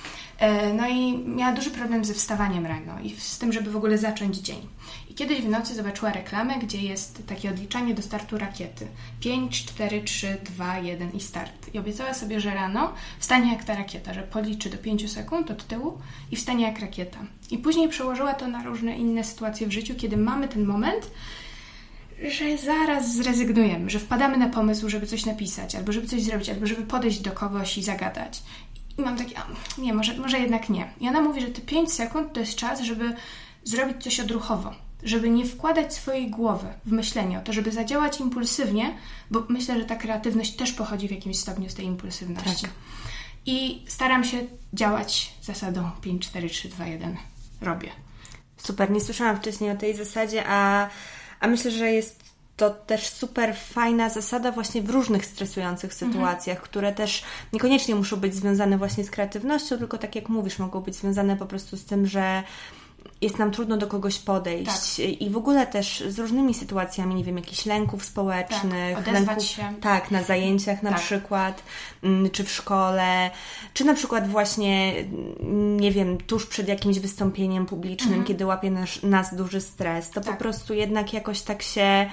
No i miała duży problem ze wstawaniem rano i z tym, żeby w ogóle zacząć dzień. I kiedyś w nocy zobaczyła reklamę, gdzie jest takie odliczanie do startu rakiety. pięć, cztery, trzy, dwa, jeden i start. I obiecała sobie, że rano wstanie jak ta rakieta, że policzy do pięciu sekund od tyłu i wstanie jak rakieta. I później przełożyła to na różne inne sytuacje w życiu, kiedy mamy ten moment, że zaraz zrezygnujemy, że wpadamy na pomysł, żeby coś napisać, albo żeby coś zrobić, albo żeby podejść do kogoś i zagadać. I mam takie, a, nie, może, może jednak nie. I ona mówi, że te pięć sekund to jest czas, żeby zrobić coś odruchowo, żeby nie wkładać swojej głowy w myślenie o to, żeby zadziałać impulsywnie, bo myślę, że ta kreatywność też pochodzi w jakimś stopniu z tej impulsywności. Tak. I staram się działać zasadą pięć, cztery, trzy, dwa, jeden. Robię. Super, nie słyszałam wcześniej o tej zasadzie, a, a myślę, że jest to też super fajna zasada właśnie w różnych stresujących sytuacjach, mhm. które też niekoniecznie muszą być związane właśnie z kreatywnością, tylko tak jak mówisz, mogą być związane po prostu z tym, że jest nam trudno do kogoś podejść tak. i w ogóle też z różnymi sytuacjami, nie wiem, jakichś lęków społecznych, tak, odezwać lęków, się. Tak, na zajęciach na tak. przykład, czy w szkole, czy na przykład właśnie, nie wiem, tuż przed jakimś wystąpieniem publicznym, mhm. kiedy łapie nas, nas duży stres, to tak. po prostu jednak jakoś tak się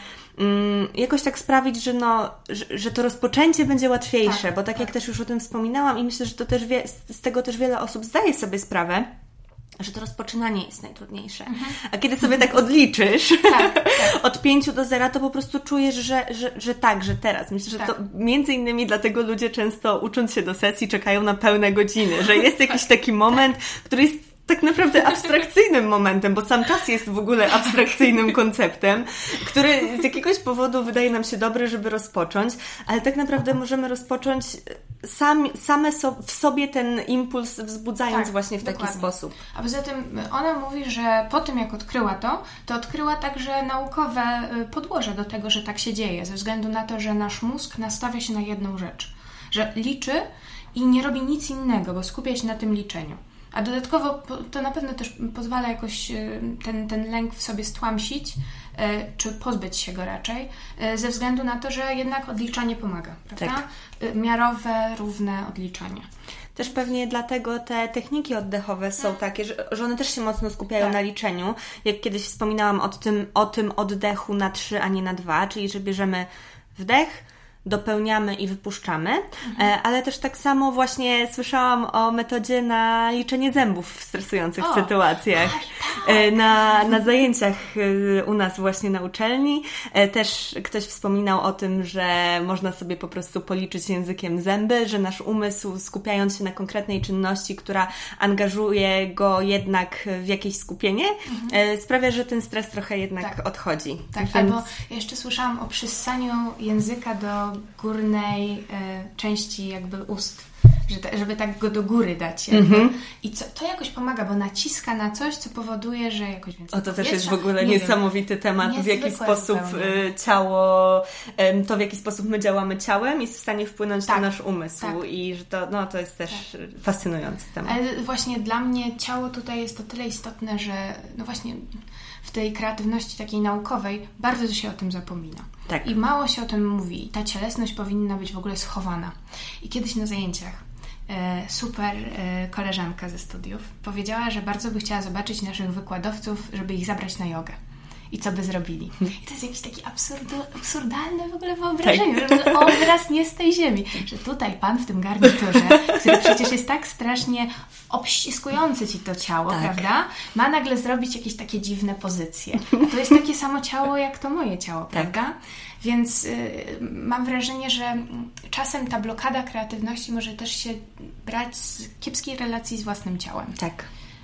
jakoś tak sprawić, że, no, że, że to rozpoczęcie będzie łatwiejsze, tak, bo tak, tak jak też już o tym wspominałam i myślę, że to też wie, z tego też wiele osób zdaje sobie sprawę, że to rozpoczynanie jest najtrudniejsze. Mhm. A kiedy sobie tak odliczysz tak, tak. od pięciu do zera, to po prostu czujesz, że, że, że tak, że teraz. Myślę, że tak. to między innymi dlatego ludzie często ucząc się do sesji czekają na pełne godziny, że jest jakiś taki moment, który jest tak naprawdę abstrakcyjnym momentem, bo sam czas jest w ogóle abstrakcyjnym konceptem, który z jakiegoś powodu wydaje nam się dobry, żeby rozpocząć, ale tak naprawdę możemy rozpocząć sam, same so, w sobie ten impuls wzbudzając tak, właśnie w dokładnie. taki sposób. A poza tym ona mówi, że po tym jak odkryła to, to odkryła także naukowe podłoże do tego, że tak się dzieje, ze względu na to, że nasz mózg nastawia się na jedną rzecz, że liczy i nie robi nic innego, bo skupia się na tym liczeniu. A dodatkowo to na pewno też pozwala jakoś ten, ten lęk w sobie stłamsić, czy pozbyć się go raczej, ze względu na to, że jednak odliczanie pomaga, prawda? Tak. Miarowe, równe odliczanie. Też pewnie dlatego te techniki oddechowe są takie, że, że one też się mocno skupiają tak. na liczeniu. Jak kiedyś wspominałam o tym, o tym oddechu na trzy, a nie na dwa, czyli że bierzemy wdech, dopełniamy i wypuszczamy, mhm. ale też tak samo właśnie słyszałam o metodzie na liczenie zębów w stresujących o, sytuacjach. Tak. Na, na zajęciach u nas właśnie na uczelni też ktoś wspominał o tym, że można sobie po prostu policzyć językiem zęby, że nasz umysł, skupiając się na konkretnej czynności, która angażuje go jednak w jakieś skupienie, mhm. sprawia, że ten stres trochę jednak tak. odchodzi. Tak, Więc... albo jeszcze słyszałam o przyssaniu języka do górnej y, części jakby ust, że ta, żeby tak go do góry dać. Mm-hmm. I co, to jakoś pomaga, bo naciska na coś, co powoduje, że jakoś więcej O, to też jest w ogóle nie niesamowity wiem. temat, w jaki sposób y, ciało, y, to w jaki sposób my działamy ciałem jest w stanie wpłynąć tak, na nasz umysł tak. i że to, no, to jest też tak. fascynujący temat. Ale właśnie dla mnie ciało tutaj jest o tyle istotne, że no właśnie w tej kreatywności takiej naukowej bardzo się o tym zapomina. Tak. I mało się o tym mówi. I ta cielesność powinna być w ogóle schowana. I kiedyś na zajęciach e, super e, koleżanka ze studiów powiedziała, że bardzo by chciała zobaczyć naszych wykładowców, żeby ich zabrać na jogę. I co by zrobili. I to jest jakieś takie absurdu, absurdalne w ogóle wyobrażenie, tak. że obraz nie z tej ziemi. Że tutaj pan w tym garniturze, który przecież jest tak strasznie obściskujący ci to ciało, tak. prawda? Ma nagle zrobić jakieś takie dziwne pozycje. A to jest takie samo ciało, jak to moje ciało, tak. prawda? Więc y, mam wrażenie, że czasem ta blokada kreatywności może też się brać z kiepskiej relacji z własnym ciałem. Tak.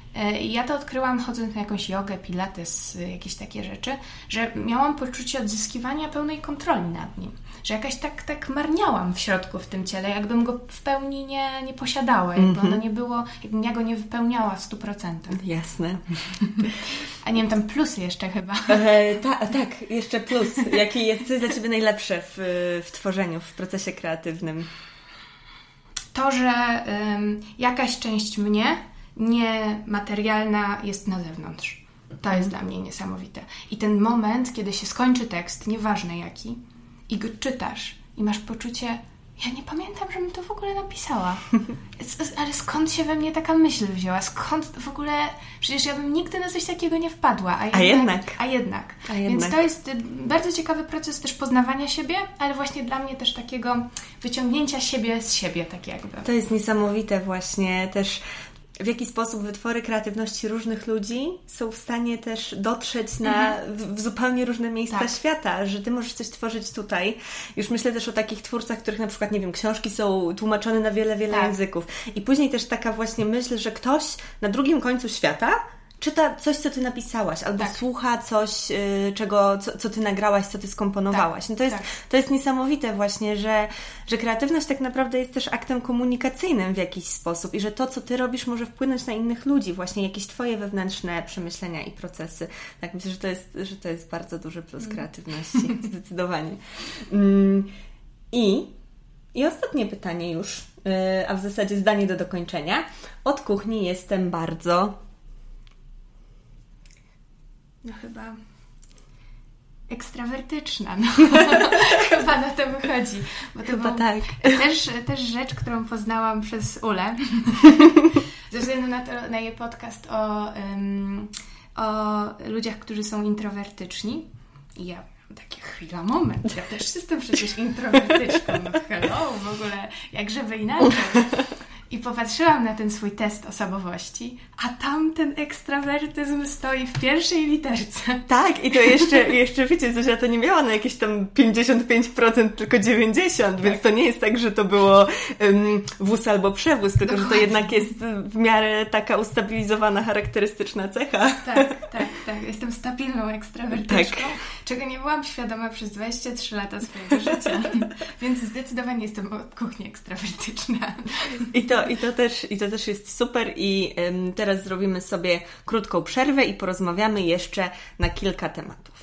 Ja to odkryłam chodząc na jakąś jogę, pilates, jakieś takie rzeczy, że miałam poczucie odzyskiwania pełnej kontroli nad nim. Że jakaś tak, tak marniałam w środku w tym ciele, jakbym go w pełni nie, nie posiadała, jakby mm-hmm. ono nie było, jakbym ja go nie wypełniała w stu procentach. Jasne. A nie wiem, tam plusy jeszcze chyba. E, ta, tak, jeszcze plus. Jaki jest, co jest dla Ciebie najlepsze w, w tworzeniu, w procesie kreatywnym? To, że um, jakaś część mnie niematerialna jest na zewnątrz. To jest dla mnie niesamowite. I ten moment, kiedy się skończy tekst, nieważne jaki, i go czytasz i masz poczucie, ja nie pamiętam, żebym to w ogóle napisała. Ale skąd się we mnie taka myśl wzięła? Skąd w ogóle... Przecież ja bym nigdy na coś takiego nie wpadła. A jednak. A jednak. A jednak. A jednak. Więc to jest bardzo ciekawy proces też poznawania siebie, ale właśnie dla mnie też takiego wyciągnięcia siebie z siebie, tak jakby. To jest niesamowite właśnie też... W jaki sposób wytwory kreatywności różnych ludzi są w stanie też dotrzeć na, w, w zupełnie różne miejsca tak. świata, że Ty możesz coś tworzyć tutaj. Już myślę też o takich twórcach, których na przykład, nie wiem, książki są tłumaczone na wiele, wiele tak. języków. I później też taka właśnie myśl, że ktoś na drugim końcu świata czyta coś, co Ty napisałaś, albo tak. słucha coś, yy, czego, co, co Ty nagrałaś, co Ty skomponowałaś. Tak. No to jest, tak. to jest niesamowite właśnie, że, że kreatywność tak naprawdę jest też aktem komunikacyjnym w jakiś sposób i że to, co Ty robisz, może wpłynąć na innych ludzi, właśnie jakieś Twoje wewnętrzne przemyślenia i procesy. Tak, myślę, że to jest, że to jest bardzo duży plus mm. kreatywności, zdecydowanie. Mm, i, I ostatnie pytanie już, yy, a w zasadzie zdanie do dokończenia. Od kuchni jestem bardzo... No chyba ekstrawertyczna. No. Chyba na to wychodzi. Bo to chyba tak. Też, też rzecz, którą poznałam przez Ulę. Ze względu na, to, na jej podcast o, um, o ludziach, którzy są introwertyczni. I ja takie chwila, moment. Ja też jestem przecież introwertyczką. No hello, w ogóle jak żeby inaczej. I popatrzyłam na ten swój test osobowości, a tam ten ekstrawertyzm stoi w pierwszej literce. Tak, i to jeszcze, jeszcze wiecie, Zuzia to nie miała na jakieś tam pięćdziesiąt pięć procent, tylko dziewięćdziesiąt procent, tak. Więc to nie jest tak, że to było um, wóz albo przewóz, tylko Dokładnie. Że to jednak jest w miarę taka ustabilizowana, charakterystyczna cecha. Tak, tak, tak. Jestem stabilną ekstrawertyczką, tak. czego nie byłam świadoma przez dwadzieścia trzy lata swojego życia. Więc zdecydowanie jestem od kuchni ekstrawertyczna. I to I to, też, I to też jest super i ym, teraz zrobimy sobie krótką przerwę i porozmawiamy jeszcze na kilka tematów.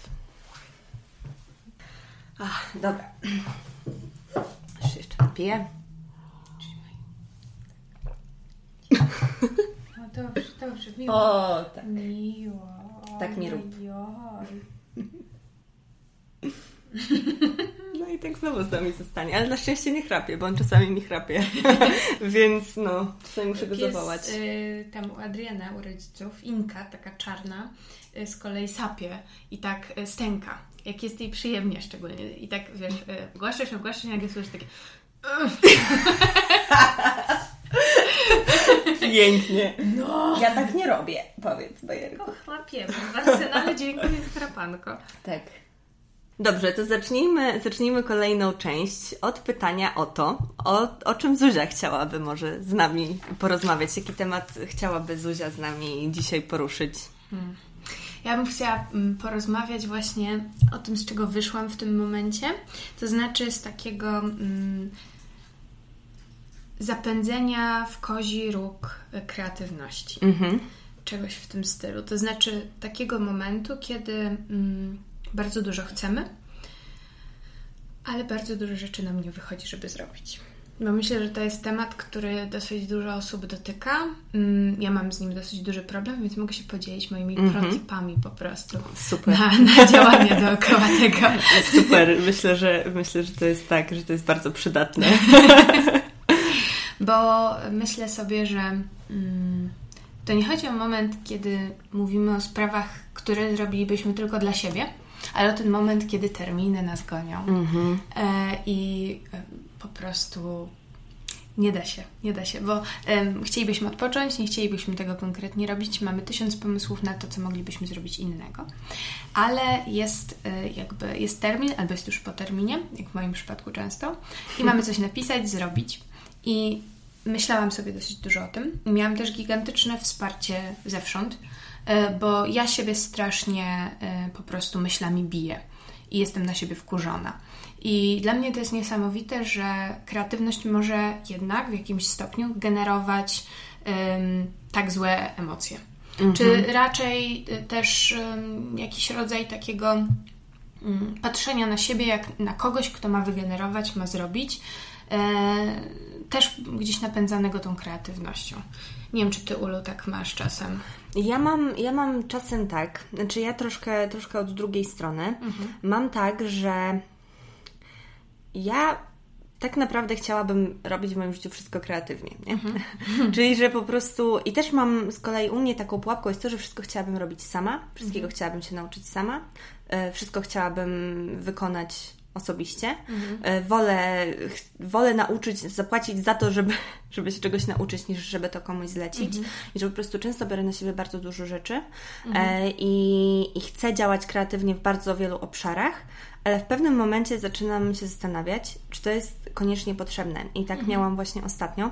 Ach, dobra. Jeszcze, jeszcze napiję. No dobrze, dobrze, miło. O, tak. Miło. Tak mi rób. No i tak znowu z nami zostanie, ale na szczęście nie chrapie, bo on czasami mi chrapie, więc no, tutaj muszę go Pies, zawołać. Y, tam u Adriana, u rodziców, Inka, taka czarna, y, z kolei sapie i tak y, stęka, jak jest jej przyjemnie szczególnie i tak, wiesz, y, głaszczesz się, głaszczesz się, nagle słyszysz takie Pięknie. No. Ja tak nie robię, powiedz, Bajerku. Chlapiemy, w arsenale dźwięków jest chrapanko. Tak. Dobrze, to zacznijmy, zacznijmy kolejną część od pytania o to, o, o czym Zuzia chciałaby może z nami porozmawiać. Jaki temat chciałaby Zuzia z nami dzisiaj poruszyć? Hmm. Ja bym chciała porozmawiać właśnie o tym, z czego wyszłam w tym momencie. To znaczy z takiego mm, zapędzenia w kozi róg kreatywności. Mhm. Czegoś w tym stylu. To znaczy takiego momentu, kiedy... Mm, bardzo dużo chcemy, ale bardzo dużo rzeczy nam nie wychodzi, żeby zrobić. Bo myślę, że to jest temat, który dosyć dużo osób dotyka. Ja mam z nim dosyć duży problem, więc mogę się podzielić moimi mm-hmm. protipami po prostu. Super. Na, na działanie dookoła tego. Super. Myślę, że myślę, że to jest tak, że to jest bardzo przydatne. Bo myślę sobie, że mm, to nie chodzi o moment, kiedy mówimy o sprawach, które zrobilibyśmy tylko dla siebie, ale o ten moment, kiedy terminy nas gonią mm-hmm. e, i e, po prostu nie da się, nie da się, bo e, chcielibyśmy odpocząć, nie chcielibyśmy tego konkretnie robić, mamy tysiąc pomysłów na to, co moglibyśmy zrobić innego, ale jest e, jakby, jest termin, albo jest już po terminie, jak w moim przypadku często, i mamy coś napisać, zrobić i myślałam sobie dosyć dużo o tym. Miałam też gigantyczne wsparcie zewsząd, bo ja siebie strasznie po prostu myślami biję i jestem na siebie wkurzona. I dla mnie to jest niesamowite, że kreatywność może jednak w jakimś stopniu generować um, tak złe emocje. Mhm. Czy raczej też um, jakiś rodzaj takiego um, patrzenia na siebie jak na kogoś, kto ma wygenerować, ma zrobić, e, też gdzieś napędzanego tą kreatywnością. Nie wiem, czy Ty, Ulu, tak masz czasem? Ja mam, ja mam czasem tak, znaczy ja troszkę, troszkę od drugiej strony. Mhm. Mam tak, że ja tak naprawdę chciałabym robić w moim życiu wszystko kreatywnie, nie? Mhm. Czyli, że po prostu... I też mam z kolei u mnie taką pułapką jest to, że wszystko chciałabym robić sama, wszystkiego mhm. chciałabym się nauczyć sama, wszystko chciałabym wykonać osobiście. Mhm. Wolę, wolę nauczyć, zapłacić za to, żeby, żeby się czegoś nauczyć, niż żeby to komuś zlecić. Mhm. I że po prostu często biorę na siebie bardzo dużo rzeczy mhm. e, i, i chcę działać kreatywnie w bardzo wielu obszarach, ale w pewnym momencie zaczynam się zastanawiać, czy to jest koniecznie potrzebne. I tak mhm. miałam właśnie ostatnio,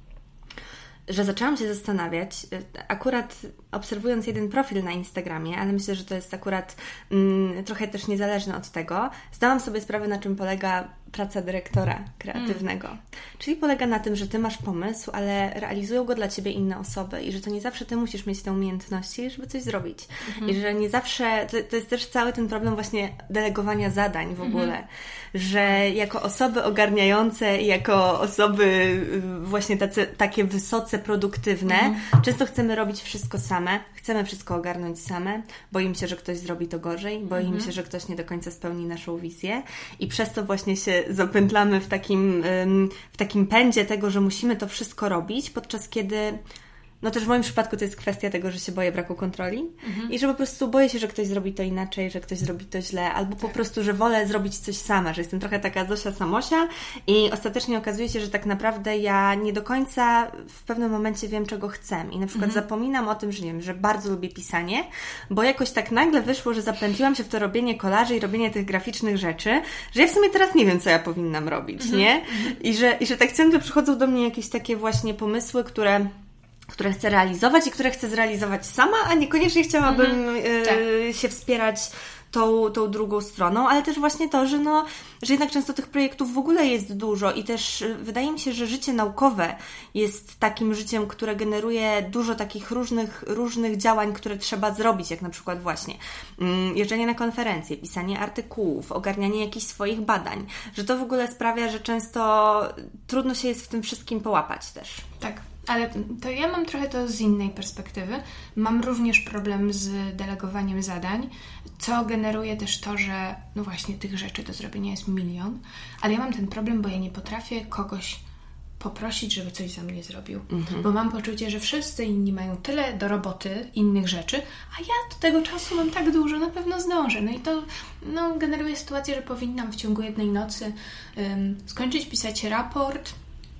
że zaczęłam się zastanawiać, akurat obserwując jeden profil na Instagramie, ale myślę, że to jest akurat mm, trochę też niezależne od tego, zdałam sobie sprawę, na czym polega praca dyrektora kreatywnego. Mm. Czyli polega na tym, że Ty masz pomysł, ale realizują go dla Ciebie inne osoby i że to nie zawsze Ty musisz mieć te umiejętności, żeby coś zrobić. Mm-hmm. I że nie zawsze, to, to jest też cały ten problem właśnie delegowania zadań w ogóle, mm-hmm. że jako osoby ogarniające i jako osoby właśnie tacy, takie wysoce produktywne, mm-hmm. często chcemy robić wszystko same, chcemy wszystko ogarnąć same, boimy się, że ktoś zrobi to gorzej, boimy mm-hmm. się, że ktoś nie do końca spełni naszą wizję i przez to właśnie się zapętlamy w takim, w takim pędzie tego, że musimy to wszystko robić, podczas kiedy no też w moim przypadku to jest kwestia tego, że się boję braku kontroli mhm. i że po prostu boję się, że ktoś zrobi to inaczej, że ktoś zrobi to źle, albo po prostu, że wolę zrobić coś sama, że jestem trochę taka Zosia Samosia i ostatecznie okazuje się, że tak naprawdę ja nie do końca w pewnym momencie wiem, czego chcę i na przykład mhm. zapominam o tym, że nie wiem, że bardzo lubię pisanie, bo jakoś tak nagle wyszło, że zapętliłam się w to robienie kolaży i robienie tych graficznych rzeczy, że ja w sumie teraz nie wiem, co ja powinnam robić, mhm. nie? I że, i że tak ciągle przychodzą do mnie jakieś takie właśnie pomysły, które które chcę realizować i które chcę zrealizować sama, a niekoniecznie chciałabym mm-hmm. tak. y, się wspierać tą, tą drugą stroną, ale też właśnie to, że, no, że jednak często tych projektów w ogóle jest dużo i też wydaje mi się, że życie naukowe jest takim życiem, które generuje dużo takich różnych, różnych działań, które trzeba zrobić, jak na przykład właśnie mm, jeżdżenie na konferencje, pisanie artykułów, ogarnianie jakichś swoich badań, że to w ogóle sprawia, że często trudno się jest w tym wszystkim połapać też. Tak. Ale to ja mam trochę to z innej perspektywy. Mam również problem z delegowaniem zadań, co generuje też to, że no właśnie tych rzeczy do zrobienia jest milion, ale ja mam ten problem, bo ja nie potrafię kogoś poprosić, żeby coś za mnie zrobił. Mhm. Bo mam poczucie, że wszyscy inni mają tyle do roboty, innych rzeczy, a ja do tego czasu mam tak dużo, na pewno zdążę. No i to no, generuje sytuację, że powinnam w ciągu jednej nocy um, skończyć pisać raport,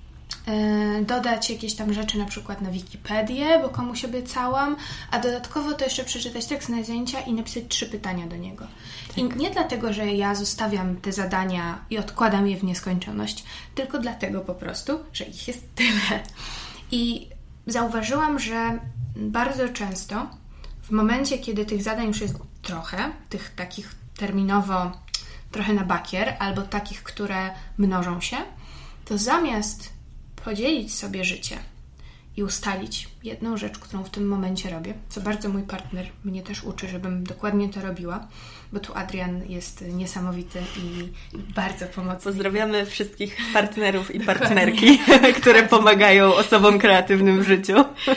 dodać jakieś tam rzeczy na przykład na Wikipedię, bo komuś obiecałam, a dodatkowo to jeszcze przeczytać tekst na zajęcia i napisać trzy pytania do niego. Tak. I nie dlatego, że ja zostawiam te zadania i odkładam je w nieskończoność, tylko dlatego po prostu, że ich jest tyle. I zauważyłam, że bardzo często w momencie, kiedy tych zadań już jest trochę, tych takich terminowo trochę na bakier, albo takich, które mnożą się, to zamiast podzielić sobie życie i ustalić jedną rzecz, którą w tym momencie robię, co bardzo mój partner mnie też uczy, żebym dokładnie to robiła, bo tu Adrian jest niesamowity i bardzo pomocny. Pozdrawiamy wszystkich partnerów i partnerki, które pomagają osobom kreatywnym w życiu.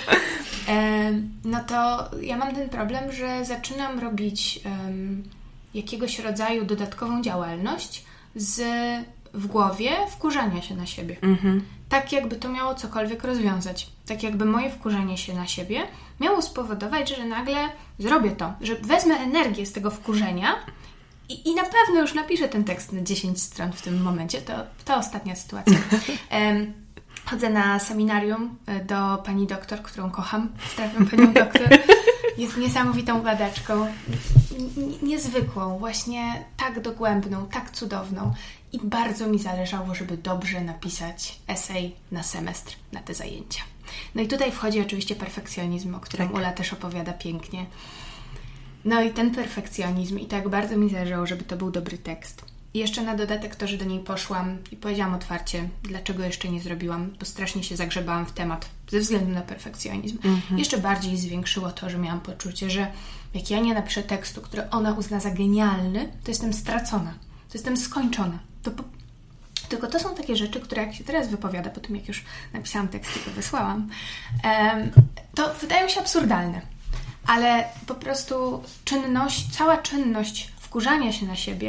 E, no to ja mam ten problem, że zaczynam robić um, jakiegoś rodzaju dodatkową działalność z w głowie wkurzania się na siebie. Mhm. Tak jakby to miało cokolwiek rozwiązać. Tak jakby moje wkurzenie się na siebie miało spowodować, że nagle zrobię to, że wezmę energię z tego wkurzenia i, i na pewno już napiszę ten tekst na dziesięć stron w tym momencie. To, to ostatnia sytuacja. Um, chodzę na seminarium do pani doktor, którą kocham. Pozdrawiam panią doktor. Jest niesamowitą badaczką. Niezwykłą, właśnie tak dogłębną, tak cudowną. I bardzo mi zależało, żeby dobrze napisać esej na semestr, na te zajęcia. No i tutaj wchodzi oczywiście perfekcjonizm, o którym tak. Ula też opowiada pięknie. No i ten perfekcjonizm i tak bardzo mi zależało, żeby to był dobry tekst. I jeszcze na dodatek to, że do niej poszłam i powiedziałam otwarcie, dlaczego jeszcze nie zrobiłam, bo strasznie się zagrzebałam w temat ze względu na perfekcjonizm. Mm-hmm. Jeszcze bardziej zwiększyło to, że miałam poczucie, że jak ja nie napiszę tekstu, który ona uzna za genialny, to jestem stracona, to jestem skończona. To po... Tylko to są takie rzeczy, które jak się teraz wypowiada, po tym jak już napisałam tekst i go wysłałam, um, to wydają się absurdalne. Ale po prostu czynność, cała czynność wkurzania się na siebie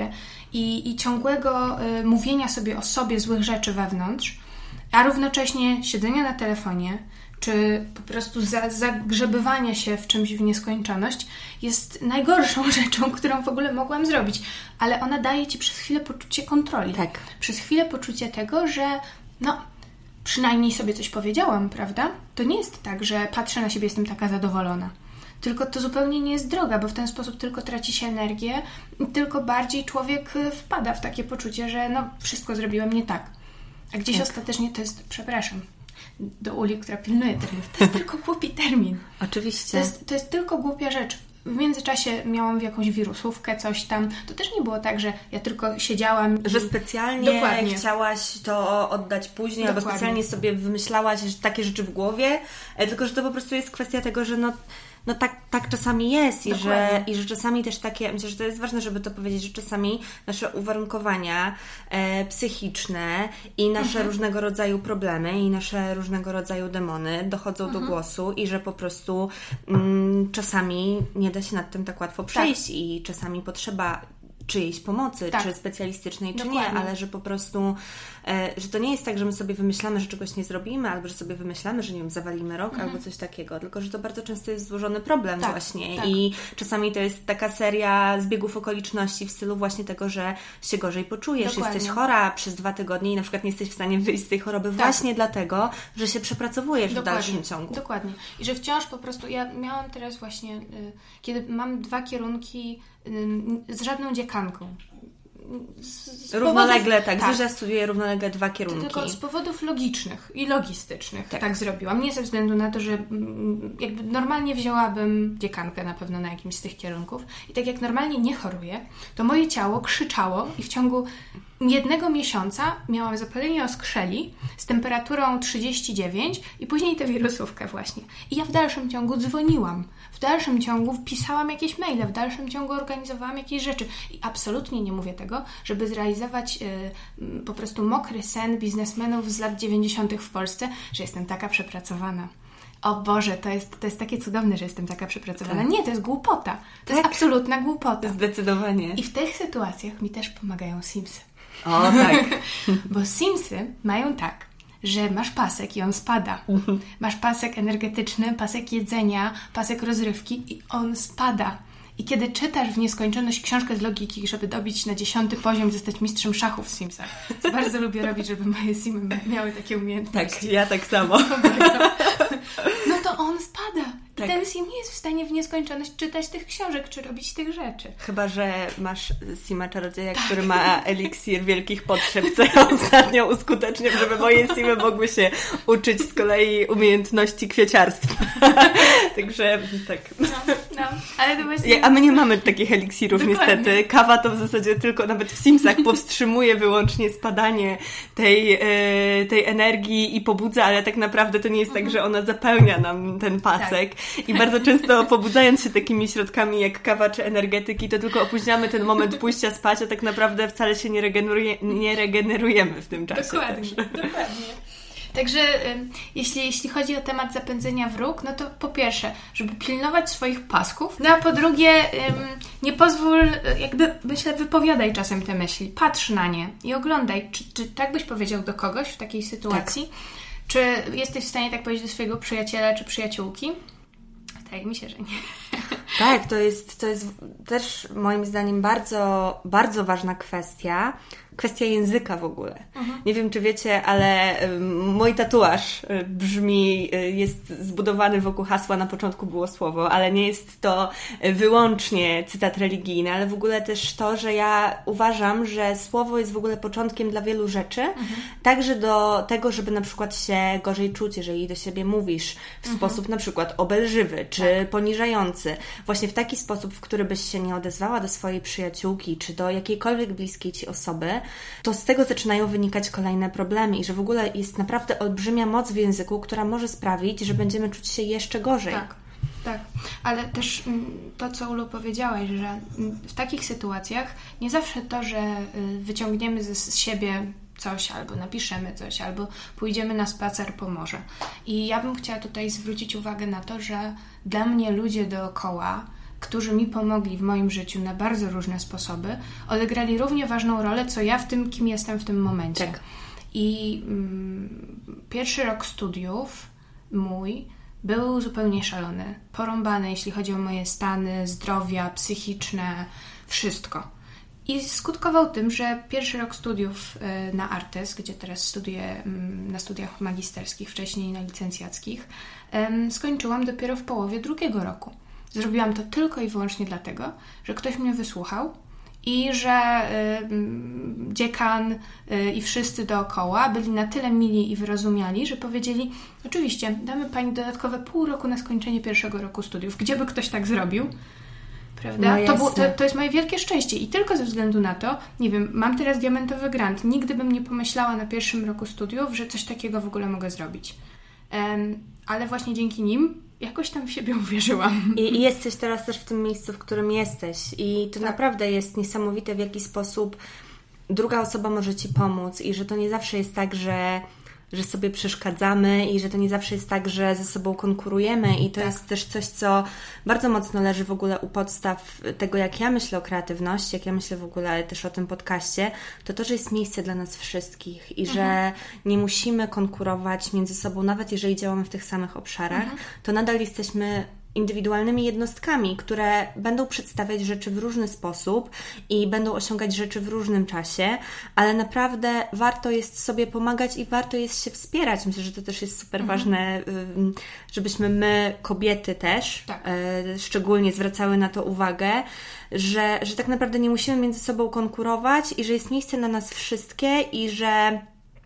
i, i ciągłego y, mówienia sobie o sobie złych rzeczy wewnątrz, a równocześnie siedzenia na telefonie, czy po prostu za, zagrzebywania się w czymś w nieskończoność jest najgorszą rzeczą, którą w ogóle mogłam zrobić. Ale ona daje Ci przez chwilę poczucie kontroli. Tak. Przez chwilę poczucie tego, że no, przynajmniej sobie coś powiedziałam, prawda? To nie jest tak, że patrzę na siebie, jestem taka zadowolona. Tylko to zupełnie nie jest droga, bo w ten sposób tylko traci się energię, tylko bardziej człowiek wpada w takie poczucie, że no, wszystko zrobiłem nie tak. A gdzieś tak. Ostatecznie to jest, przepraszam, do Uli, która pilnuje terminów, to jest tylko głupi termin. Oczywiście. To jest, to jest tylko głupia rzecz. W międzyczasie miałam jakąś wirusówkę, coś tam. To też nie było tak, że ja tylko siedziałam... Że specjalnie Dokładnie. chciałaś to oddać później, Dokładnie. albo specjalnie sobie wymyślałaś takie rzeczy w głowie, tylko że to po prostu jest kwestia tego, że no... No tak, tak czasami jest i że, i że czasami też takie, myślę, że to jest ważne, żeby to powiedzieć, że czasami nasze uwarunkowania e, psychiczne i nasze mhm. różnego rodzaju problemy i nasze różnego rodzaju demony dochodzą mhm. do głosu i że po prostu mm, czasami nie da się nad tym tak łatwo przejść tak. i czasami potrzeba czyjejś pomocy, tak. czy specjalistycznej, czy Dokładnie. nie, ale że po prostu, e, że to nie jest tak, że my sobie wymyślamy, że czegoś nie zrobimy, albo że sobie wymyślamy, że nie wiem, zawalimy rok, mhm. albo coś takiego, tylko że to bardzo często jest złożony problem tak, właśnie tak. i czasami to jest taka seria zbiegów okoliczności w stylu właśnie tego, że się gorzej poczujesz, Dokładnie. jesteś chora przez dwa tygodnie i na przykład nie jesteś w stanie wyjść z tej choroby tak. właśnie dlatego, że się przepracowujesz Dokładnie. w dalszym ciągu. Dokładnie. I że wciąż po prostu, ja miałam teraz właśnie, y, kiedy mam dwa kierunki y, z żadną dziekanką. Z, z równolegle, powodów, tak, tak. Zuzia studiuje równolegle dwa kierunki. Tylko z powodów logicznych i logistycznych tak. tak zrobiłam. Nie ze względu na to, że jakby normalnie wzięłabym dziekankę na pewno na jakimś z tych kierunków i tak jak normalnie nie choruję, to moje ciało krzyczało i w ciągu jednego miesiąca miałam zapalenie oskrzeli z temperaturą trzydzieści dziewięć i później tę wirusówkę właśnie. I ja w dalszym ciągu dzwoniłam. W dalszym ciągu pisałam jakieś maile, w dalszym ciągu organizowałam jakieś rzeczy. I absolutnie nie mówię tego, żeby zrealizować y, po prostu mokry sen biznesmenów z lat dziewięćdziesiątych w Polsce, że jestem taka przepracowana. O Boże, to jest, to jest takie cudowne, że jestem taka przepracowana. Tak. Nie, to jest głupota. To tak. jest absolutna głupota. Zdecydowanie. I w tych sytuacjach mi też pomagają Simsy. O, tak. Bo Simsy mają tak, że masz pasek i on spada. Mhm. Masz pasek energetyczny, pasek jedzenia, pasek rozrywki i on spada. I kiedy czytasz w nieskończoność książkę z logiki, żeby dobić na dziesiąty poziom i zostać mistrzem szachów w Simsach, co bardzo lubię robić, żeby moje Simy miały takie umiejętności. Tak, ja tak samo. No to on spada. I tak. ten Sim nie jest w stanie w nieskończoność czytać tych książek, czy robić tych rzeczy. Chyba że masz Sima czarodzieja, tak. który ma eliksir wielkich potrzeb, co ja ostatnio uskuteczniam, żeby moje Simy mogły się uczyć z kolei umiejętności kwieciarstwa. Także tak. No, no, ale to właśnie... A my nie mamy takich eliksirów Dokładnie. niestety. Kawa to w zasadzie tylko nawet w Simsach powstrzymuje wyłącznie spadanie tej, e, tej energii i pobudza, ale tak naprawdę to nie jest mhm. tak, że ona zapełnia nam ten pasek. Tak. I bardzo często pobudzając się takimi środkami jak kawa czy energetyki, to tylko opóźniamy ten moment pójścia spać, a tak naprawdę wcale się nie, regeneruje, nie regenerujemy w tym czasie. Dokładnie, też. dokładnie. Także y, jeśli, jeśli chodzi o temat zapędzenia wróg, no to po pierwsze, żeby pilnować swoich pasków, no a po drugie y, nie pozwól, jakby myślę, wypowiadaj czasem te myśli, patrz na nie i oglądaj, czy, czy tak byś powiedział do kogoś w takiej sytuacji, tak. Czy jesteś w stanie tak powiedzieć do swojego przyjaciela czy przyjaciółki? Wydaje mi się, że nie. Tak, to jest, to jest też moim zdaniem bardzo, bardzo ważna kwestia. Kwestia języka w ogóle. Mhm. Nie wiem, czy wiecie, ale y, mój tatuaż y, brzmi, y, jest zbudowany wokół hasła, na początku było słowo, ale nie jest to y, wyłącznie cytat religijny, ale w ogóle też to, że ja uważam, że słowo jest w ogóle początkiem dla wielu rzeczy, mhm. także do tego, żeby na przykład się gorzej czuć, jeżeli do siebie mówisz w mhm. sposób na przykład obelżywy, czy tak. poniżający. Właśnie w taki sposób, w który byś się nie odezwała do swojej przyjaciółki, czy do jakiejkolwiek bliskiej Ci osoby, to z tego zaczynają wynikać kolejne problemy i że w ogóle jest naprawdę olbrzymia moc w języku, która może sprawić, że będziemy czuć się jeszcze gorzej. Tak, tak. Ale też to, co Ulu powiedziałaś, że w takich sytuacjach nie zawsze to, że wyciągniemy z siebie coś, albo napiszemy coś, albo pójdziemy na spacer, pomoże. I ja bym chciała tutaj zwrócić uwagę na to, że dla mnie ludzie dookoła którzy mi pomogli w moim życiu na bardzo różne sposoby, odegrali równie ważną rolę, co ja w tym, kim jestem w tym momencie. Tak. I mm, pierwszy rok studiów mój był zupełnie szalony, porąbany, jeśli chodzi o moje stany zdrowia, psychiczne, wszystko. I skutkował tym, że pierwszy rok studiów na Artes, gdzie teraz studiuję na studiach magisterskich, wcześniej na licencjackich, skończyłam dopiero w połowie drugiego roku. Zrobiłam to tylko i wyłącznie dlatego, że ktoś mnie wysłuchał i że y, dziekan y, i wszyscy dookoła byli na tyle mili i wyrozumiali, że powiedzieli, oczywiście, damy Pani dodatkowe pół roku na skończenie pierwszego roku studiów. Gdzie by ktoś tak zrobił? Prawda? No to, było, to, to jest moje wielkie szczęście i tylko ze względu na to, nie wiem, mam teraz diamentowy grant. Nigdy bym nie pomyślała na pierwszym roku studiów, że coś takiego w ogóle mogę zrobić. Um, ale właśnie dzięki nim jakoś tam w siebie uwierzyłam. I, I jesteś teraz też w tym miejscu, w którym jesteś. I to tak. naprawdę jest niesamowite, w jaki sposób druga osoba może Ci pomóc i że to nie zawsze jest tak, że że sobie przeszkadzamy i że to nie zawsze jest tak, że ze sobą konkurujemy i to tak. jest też coś, co bardzo mocno leży w ogóle u podstaw tego, jak ja myślę o kreatywności, jak ja myślę w ogóle też o tym podcaście, to to, że jest miejsce dla nas wszystkich i mhm. że nie musimy konkurować między sobą, nawet jeżeli działamy w tych samych obszarach, mhm. to nadal jesteśmy indywidualnymi jednostkami, które będą przedstawiać rzeczy w różny sposób i będą osiągać rzeczy w różnym czasie, ale naprawdę warto jest sobie pomagać i warto jest się wspierać. Myślę, że to też jest super mhm. ważne, żebyśmy my, kobiety też, tak. szczególnie zwracały na to uwagę, że, że tak naprawdę nie musimy między sobą konkurować i że jest miejsce na nas wszystkie i że,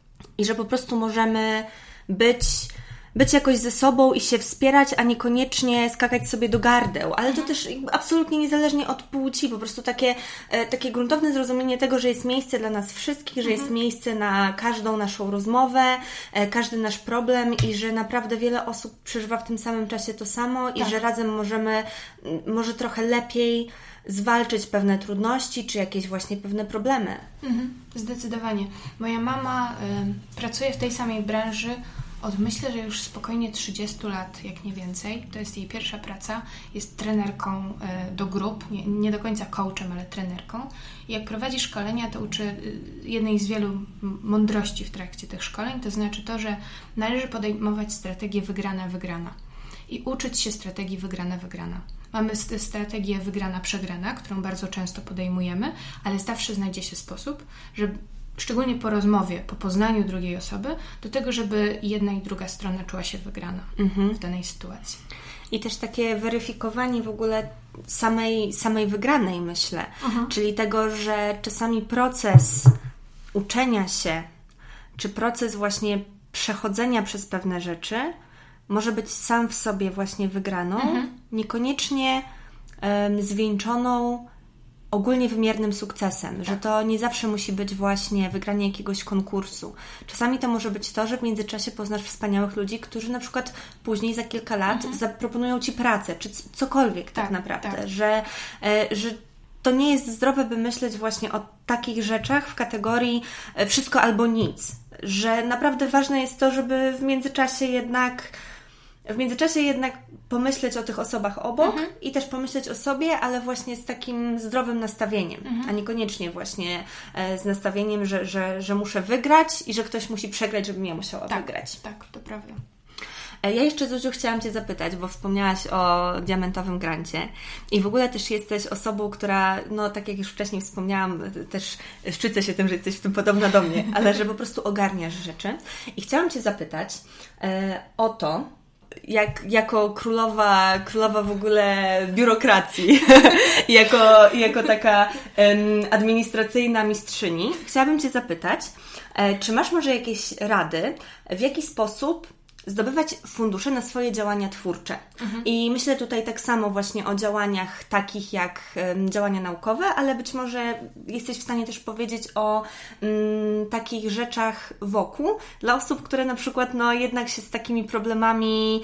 i że po prostu możemy być być jakoś ze sobą i się wspierać, a niekoniecznie skakać sobie do gardeł. Ale to też absolutnie niezależnie od płci, po prostu takie, takie gruntowne zrozumienie tego, że jest miejsce dla nas wszystkich, że jest miejsce na każdą naszą rozmowę, każdy nasz problem i że naprawdę wiele osób przeżywa w tym samym czasie to samo i tak. że razem możemy może trochę lepiej zwalczyć pewne trudności, czy jakieś właśnie pewne problemy. Mhm, zdecydowanie. Moja mama y, pracuje w tej samej branży od myślę, że już spokojnie trzydzieści lat, jak nie więcej. To jest jej pierwsza praca. Jest trenerką y, do grup, nie, nie do końca coachem, ale trenerką. I jak prowadzi szkolenia, to uczy y, jednej z wielu mądrości w trakcie tych szkoleń, to znaczy to, że należy podejmować strategię wygrana-wygrana i uczyć się strategii wygrana-wygrana. Mamy strategię wygrana-przegrana, którą bardzo często podejmujemy, ale zawsze znajdzie się sposób, żeby szczególnie po rozmowie, po poznaniu drugiej osoby, do tego, żeby jedna i druga strona czuła się wygrana mhm. w danej sytuacji. I też takie weryfikowanie w ogóle samej, samej wygranej, myślę. Mhm. Czyli tego, że czasami proces uczenia się, czy proces właśnie przechodzenia przez pewne rzeczy może być sam w sobie właśnie wygraną, mhm. niekoniecznie um, zwieńczoną ogólnie wymiernym sukcesem, tak. że to nie zawsze musi być właśnie wygranie jakiegoś konkursu. Czasami to może być to, że w międzyczasie poznasz wspaniałych ludzi, którzy na przykład później za kilka lat mhm. zaproponują Ci pracę, czy c- cokolwiek tak, tak naprawdę, tak. Że, e, że to nie jest zdrowe, by myśleć właśnie o takich rzeczach w kategorii e, wszystko albo nic. Że naprawdę ważne jest to, żeby w międzyczasie jednak w międzyczasie jednak pomyśleć o tych osobach obok mhm. i też pomyśleć o sobie, ale właśnie z takim zdrowym nastawieniem, mhm. a niekoniecznie właśnie e, z nastawieniem, że, że, że muszę wygrać i że ktoś musi przegrać, żebym ja musiała tak, wygrać. Tak, to prawda. Ja jeszcze, Zuziu, chciałam Cię zapytać, bo wspomniałaś o diamentowym grancie i w ogóle też jesteś osobą, która, no tak jak już wcześniej wspomniałam, też szczycę się tym, że jesteś w tym podobna do mnie, ale że po prostu ogarniasz rzeczy. I chciałam Cię zapytać e, o to, Jak, jako królowa, królowa w ogóle biurokracji, jako, jako taka um, administracyjna mistrzyni, chciałabym Cię zapytać, e, czy masz może jakieś rady, w jaki sposób zdobywać fundusze na swoje działania twórcze. Mhm. I myślę tutaj tak samo właśnie o działaniach takich jak um, działania naukowe, ale być może jesteś w stanie też powiedzieć o um, takich rzeczach wokół dla osób, które na przykład no jednak się z takimi problemami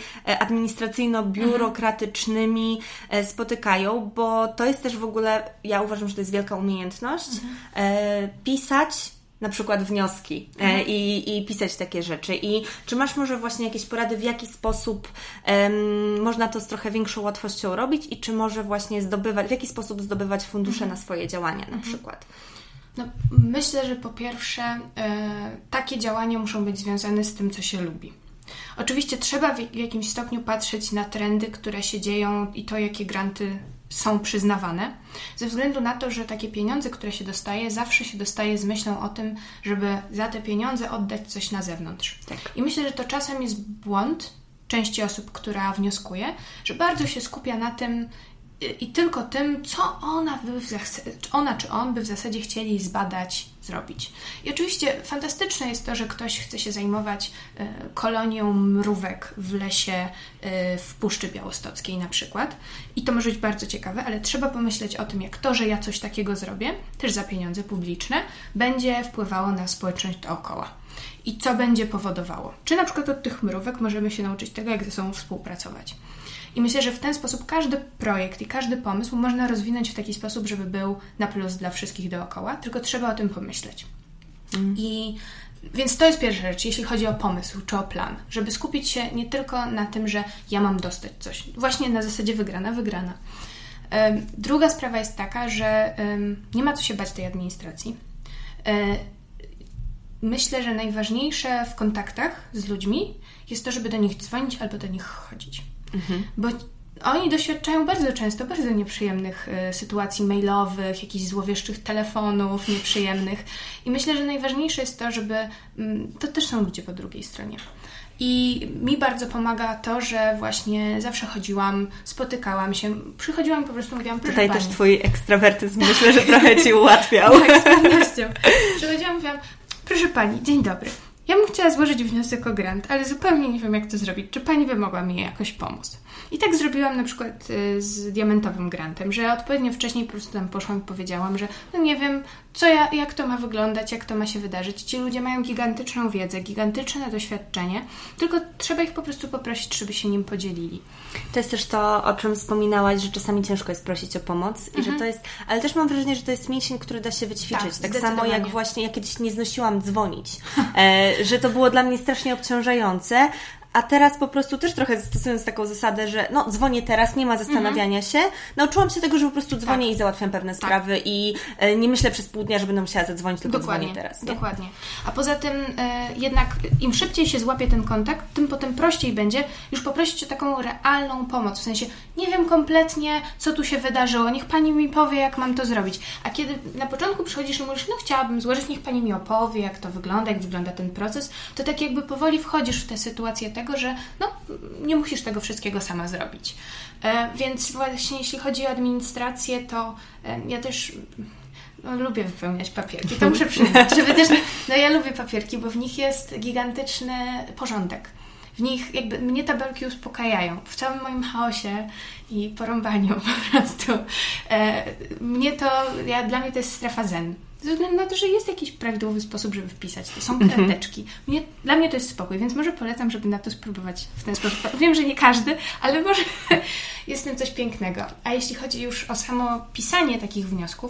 administracyjno-biurokratycznymi mhm. spotykają, bo to jest też w ogóle, ja uważam, że to jest wielka umiejętność, mhm. e, pisać na przykład wnioski mhm. e, i, i pisać takie rzeczy. I czy masz może właśnie jakieś porady, w jaki sposób um, można to z trochę większą łatwością robić i czy może właśnie zdobywać, w jaki sposób zdobywać fundusze mhm. na swoje działania na mhm. przykład? No, myślę, że po pierwsze e, takie działania muszą być związane z tym, co się lubi. Oczywiście trzeba w jakimś stopniu patrzeć na trendy, które się dzieją i to, jakie granty są przyznawane, ze względu na to, że takie pieniądze, które się dostaje, zawsze się dostaje z myślą o tym, żeby za te pieniądze oddać coś na zewnątrz. Tak. I myślę, że to czasem jest błąd części osób, która wnioskuje, że bardzo się skupia na tym i tylko tym, co ona, by w zasadzie, ona czy on by w zasadzie chcieli zbadać, zrobić. I oczywiście fantastyczne jest to, że ktoś chce się zajmować kolonią mrówek w lesie w Puszczy Białostockiej na przykład. I to może być bardzo ciekawe, ale trzeba pomyśleć o tym, jak to, że ja coś takiego zrobię, też za pieniądze publiczne, będzie wpływało na społeczność dookoła. I co będzie powodowało. Czy na przykład od tych mrówek możemy się nauczyć tego, jak ze sobą współpracować. I myślę, że w ten sposób każdy projekt i każdy pomysł można rozwinąć w taki sposób, żeby był na plus dla wszystkich dookoła, tylko trzeba o tym pomyśleć. Mm. I więc to jest pierwsza rzecz, jeśli chodzi o pomysł czy o plan, żeby skupić się nie tylko na tym, że ja mam dostać coś. Właśnie na zasadzie wygrana, wygrana. Um, druga sprawa jest taka, że um, nie ma co się bać tej administracji. Um, myślę, że najważniejsze w kontaktach z ludźmi jest to, żeby do nich dzwonić albo do nich chodzić. Mhm. Bo oni doświadczają bardzo często bardzo nieprzyjemnych y, sytuacji mailowych, jakichś złowieszczych telefonów nieprzyjemnych i myślę, że najważniejsze jest to, żeby y, to też są ludzie po drugiej stronie. I mi bardzo pomaga to, że właśnie zawsze chodziłam, spotykałam się, przychodziłam i po prostu mówiłam, proszę Tutaj pani. Też twój ekstrawertyzm myślę, że trochę ci ułatwiał. Tak, z pewnością. Przychodziłam i mówiłam, proszę pani, dzień dobry. Ja bym chciała złożyć wniosek o grant, ale zupełnie nie wiem, jak to zrobić. Czy pani by mogła mi jakoś pomóc? I tak zrobiłam na przykład z diamentowym grantem, że odpowiednio wcześniej po prostu tam poszłam i powiedziałam, że no nie wiem, co ja, jak to ma wyglądać, jak to ma się wydarzyć. Ci ludzie mają gigantyczną wiedzę, gigantyczne doświadczenie, tylko trzeba ich po prostu poprosić, żeby się nim podzielili. To jest też to, o czym wspominałaś, że czasami ciężko jest prosić o pomoc mhm. i że to jest, ale też mam wrażenie, że to jest mięsień, który da się wyćwiczyć. Tak, tak samo jak właśnie ja kiedyś nie znosiłam dzwonić, e, że to było dla mnie strasznie obciążające. A teraz po prostu też trochę stosując taką zasadę, że no dzwonię teraz, nie ma zastanawiania mm-hmm. się. Nauczyłam się tego, że po prostu dzwonię tak. i załatwiam pewne tak. sprawy i e, nie myślę przez pół dnia, że będę musiała zadzwonić, tylko dokładnie, dzwonię teraz. Nie? Dokładnie. A poza tym e, jednak im szybciej się złapie ten kontakt, tym potem prościej będzie już poprosić o taką realną pomoc. W sensie nie wiem kompletnie, co tu się wydarzyło, niech pani mi powie, jak mam to zrobić. A kiedy na początku przychodzisz i mówisz, no chciałabym złożyć, niech pani mi opowie, jak to wygląda, jak wygląda ten proces, to tak jakby powoli wchodzisz w tę sytuację tego, że no, nie musisz tego wszystkiego sama zrobić. E, więc właśnie jeśli chodzi o administrację, to e, ja też no, lubię wypełniać papierki, to muszę przyznać, żeby też, no ja lubię papierki, bo w nich jest gigantyczny porządek. W nich jakby mnie tabelki uspokajają. W całym moim chaosie i porąbaniu po prostu. E, mnie to, ja, dla mnie to jest strefa zen. Ze względu na to, że jest jakiś prawidłowy sposób, żeby wpisać. To są karteczki. Mnie, dla mnie to jest spokój, więc może polecam, żeby na to spróbować w ten sposób. Wiem, że nie każdy, ale może jest w tym coś pięknego. A jeśli chodzi już o samo pisanie takich wniosków,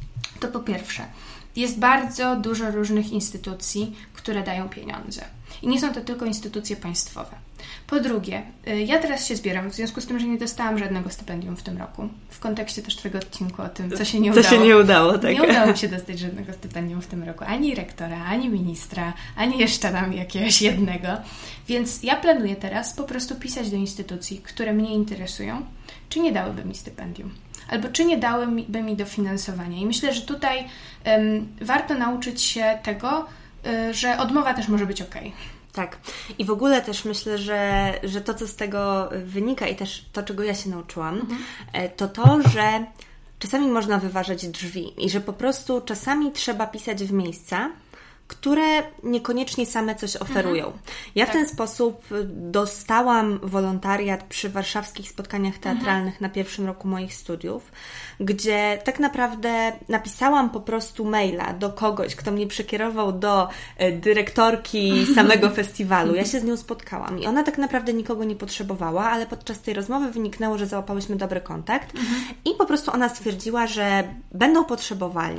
to po pierwsze, jest bardzo dużo różnych instytucji, które dają pieniądze. I nie są to tylko instytucje państwowe. Po drugie, ja teraz się zbieram, w związku z tym, że nie dostałam żadnego stypendium w tym roku. W kontekście też Twojego odcinku o tym, co się nie co udało. Co się nie udało, tak. Nie udało mi się dostać żadnego stypendium w tym roku. Ani rektora, ani ministra, ani jeszcze tam jakiegoś jednego. Więc ja planuję teraz po prostu pisać do instytucji, które mnie interesują, czy nie dałyby mi stypendium. Albo czy nie dałyby mi dofinansowania. I myślę, że tutaj um, warto nauczyć się tego, y, że odmowa też może być okej. Tak. I w ogóle też myślę, że, że to, co z tego wynika i też to, czego ja się nauczyłam, mhm. to to, że czasami można wyważać drzwi i że po prostu czasami trzeba pisać w miejsca, które niekoniecznie same coś oferują. Mhm. Ja w tak. ten sposób dostałam wolontariat przy warszawskich spotkaniach teatralnych mhm. na pierwszym roku moich studiów, gdzie tak naprawdę napisałam po prostu maila do kogoś, kto mnie przekierował do dyrektorki samego festiwalu. Ja się z nią spotkałam i ona tak naprawdę nikogo nie potrzebowała, ale podczas tej rozmowy wyniknęło, że załapałyśmy dobry kontakt mhm. i po prostu ona stwierdziła, że będą potrzebowali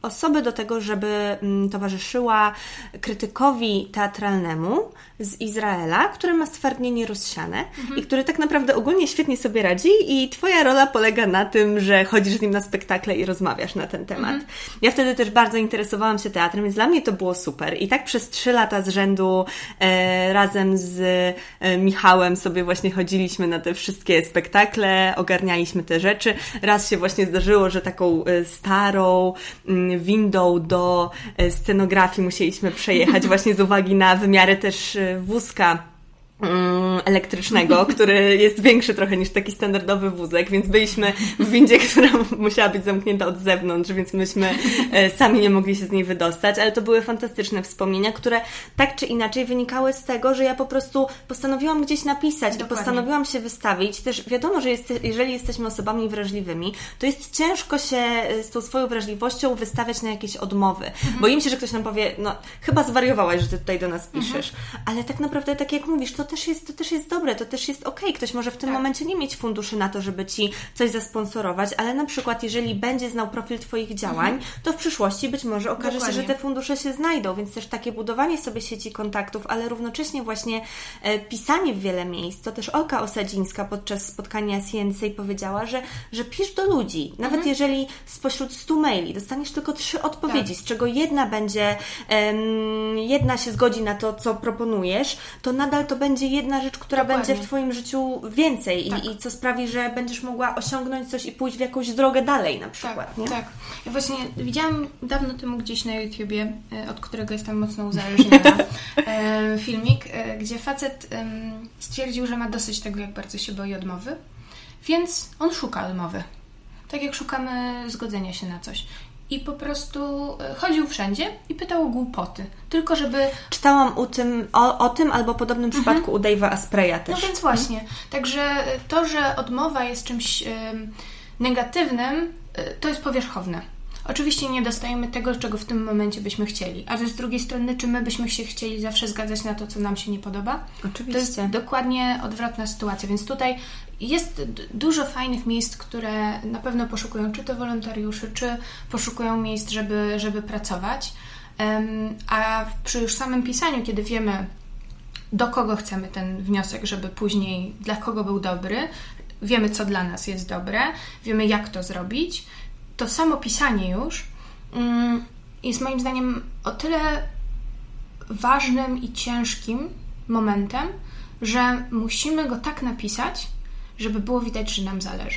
osoby do tego, żeby towarzyszyła krytykowi teatralnemu z Izraela, który ma stwardnienie rozsiane mhm. i który tak naprawdę ogólnie świetnie sobie radzi i Twoja rola polega na tym, że chodzisz z nim na spektakle i rozmawiasz na ten temat. Mhm. Ja wtedy też bardzo interesowałam się teatrem, więc dla mnie to było super. I tak przez trzy lata z rzędu e, razem z e, Michałem sobie właśnie chodziliśmy na te wszystkie spektakle, ogarnialiśmy te rzeczy. Raz się właśnie zdarzyło, że taką e, starą m, windą do e, scenografii musieliśmy przejechać właśnie z uwagi na wymiary też e, wózka elektrycznego, który jest większy trochę niż taki standardowy wózek, więc byliśmy w windzie, która musiała być zamknięta od zewnątrz, więc myśmy sami nie mogli się z niej wydostać, ale to były fantastyczne wspomnienia, które tak czy inaczej wynikały z tego, że ja po prostu postanowiłam gdzieś napisać Dokładnie. i postanowiłam się wystawić. Też wiadomo, że jest, jeżeli jesteśmy osobami wrażliwymi, to jest ciężko się z tą swoją wrażliwością wystawiać na jakieś odmowy. Mhm. Boimy się, że ktoś nam powie, no chyba zwariowałaś, że ty tutaj do nas piszesz, mhm. ale tak naprawdę, tak jak mówisz, to też jest, to też jest dobre, to też jest okej. Ktoś może w tym tak. momencie nie mieć funduszy na to, żeby Ci coś zasponsorować, ale na przykład jeżeli będzie znał profil Twoich działań, mhm. to w przyszłości być może okaże Dokładnie. się, że te fundusze się znajdą, więc też takie budowanie sobie sieci kontaktów, ale równocześnie właśnie e, pisanie w wiele miejsc. To też Olka Osadzińska podczas spotkania z Jensej powiedziała, że, że pisz do ludzi. Nawet mhm. jeżeli spośród stu maili dostaniesz tylko trzy odpowiedzi, tak. z czego jedna będzie, em, jedna się zgodzi na to, co proponujesz, to nadal to będzie jedna rzecz, która Dokładnie. będzie w Twoim życiu więcej tak. i, i co sprawi, że będziesz mogła osiągnąć coś i pójść w jakąś drogę dalej na przykład. Tak, nie? tak. Ja właśnie widziałam dawno temu gdzieś na YouTubie, od którego jestem mocno uzależniona, filmik, gdzie facet stwierdził, że ma dosyć tego, jak bardzo się boi odmowy, więc on szuka odmowy. Tak jak szukamy zgodzenia się na coś. I po prostu chodził wszędzie i pytał o głupoty. Tylko żeby... Czytałam o tym, o, o tym albo podobnym mhm. przypadku u Dave'a Aspreya też. No więc właśnie. Mhm. Także to, że odmowa jest czymś y, negatywnym, y, to jest powierzchowne. Oczywiście nie dostajemy tego, czego w tym momencie byśmy chcieli. Ale z drugiej strony, czy my byśmy się chcieli zawsze zgadzać na to, co nam się nie podoba? Oczywiście. To jest dokładnie odwrotna sytuacja. Więc tutaj jest dużo fajnych miejsc, które na pewno poszukują czy to wolontariuszy, czy poszukują miejsc, żeby, żeby pracować. Um, a przy już samym pisaniu, kiedy wiemy, do kogo chcemy ten wniosek, żeby później dla kogo był dobry, wiemy, co dla nas jest dobre, wiemy, jak to zrobić, to samo pisanie już um, jest moim zdaniem o tyle ważnym i ciężkim momentem, że musimy go tak napisać, żeby było widać, że nam zależy.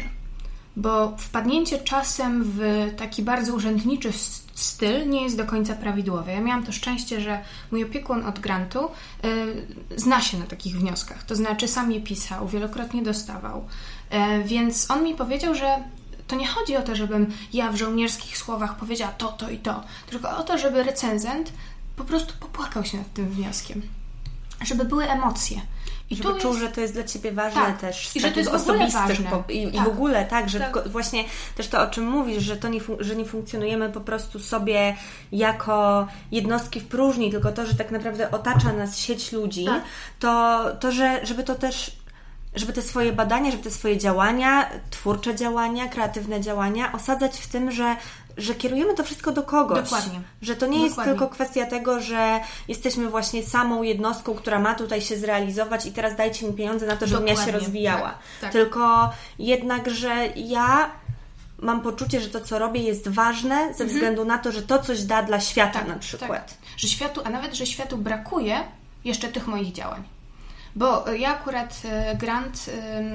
Bo wpadnięcie czasem w taki bardzo urzędniczy styl nie jest do końca prawidłowe. Ja miałam to szczęście, że mój opiekun od grantu yy, zna się na takich wnioskach. To znaczy sam je pisał, wielokrotnie dostawał. Yy, więc on mi powiedział, że to nie chodzi o to, żebym ja w żołnierskich słowach powiedziała to, to i to. Tylko o to, żeby recenzent po prostu popłakał się nad tym wnioskiem. Żeby były emocje. I żeby czuł, jest... że to jest dla Ciebie ważne tak. też z I że to jest osobistych po... I, tak. i w ogóle tak, że tak. właśnie też to, o czym mówisz, że to nie, fun- że nie funkcjonujemy po prostu sobie jako jednostki w próżni, tylko to, że tak naprawdę otacza nas sieć ludzi, tak. to, to że, żeby to też żeby te swoje badania, żeby te swoje działania, twórcze działania, kreatywne działania osadzać w tym, że że kierujemy to wszystko do kogoś. Dokładnie. Że to nie Dokładnie. jest tylko kwestia tego, że jesteśmy właśnie samą jednostką, która ma tutaj się zrealizować i teraz dajcie mi pieniądze na to, żebym Dokładnie. ja się rozwijała. Tak, tak. Tylko jednak, że ja mam poczucie, że to, co robię, jest ważne ze mhm. względu na to, że to coś da dla świata tak, na przykład. Tak. Że światu, a nawet, że światu brakuje jeszcze tych moich działań. Bo ja akurat grant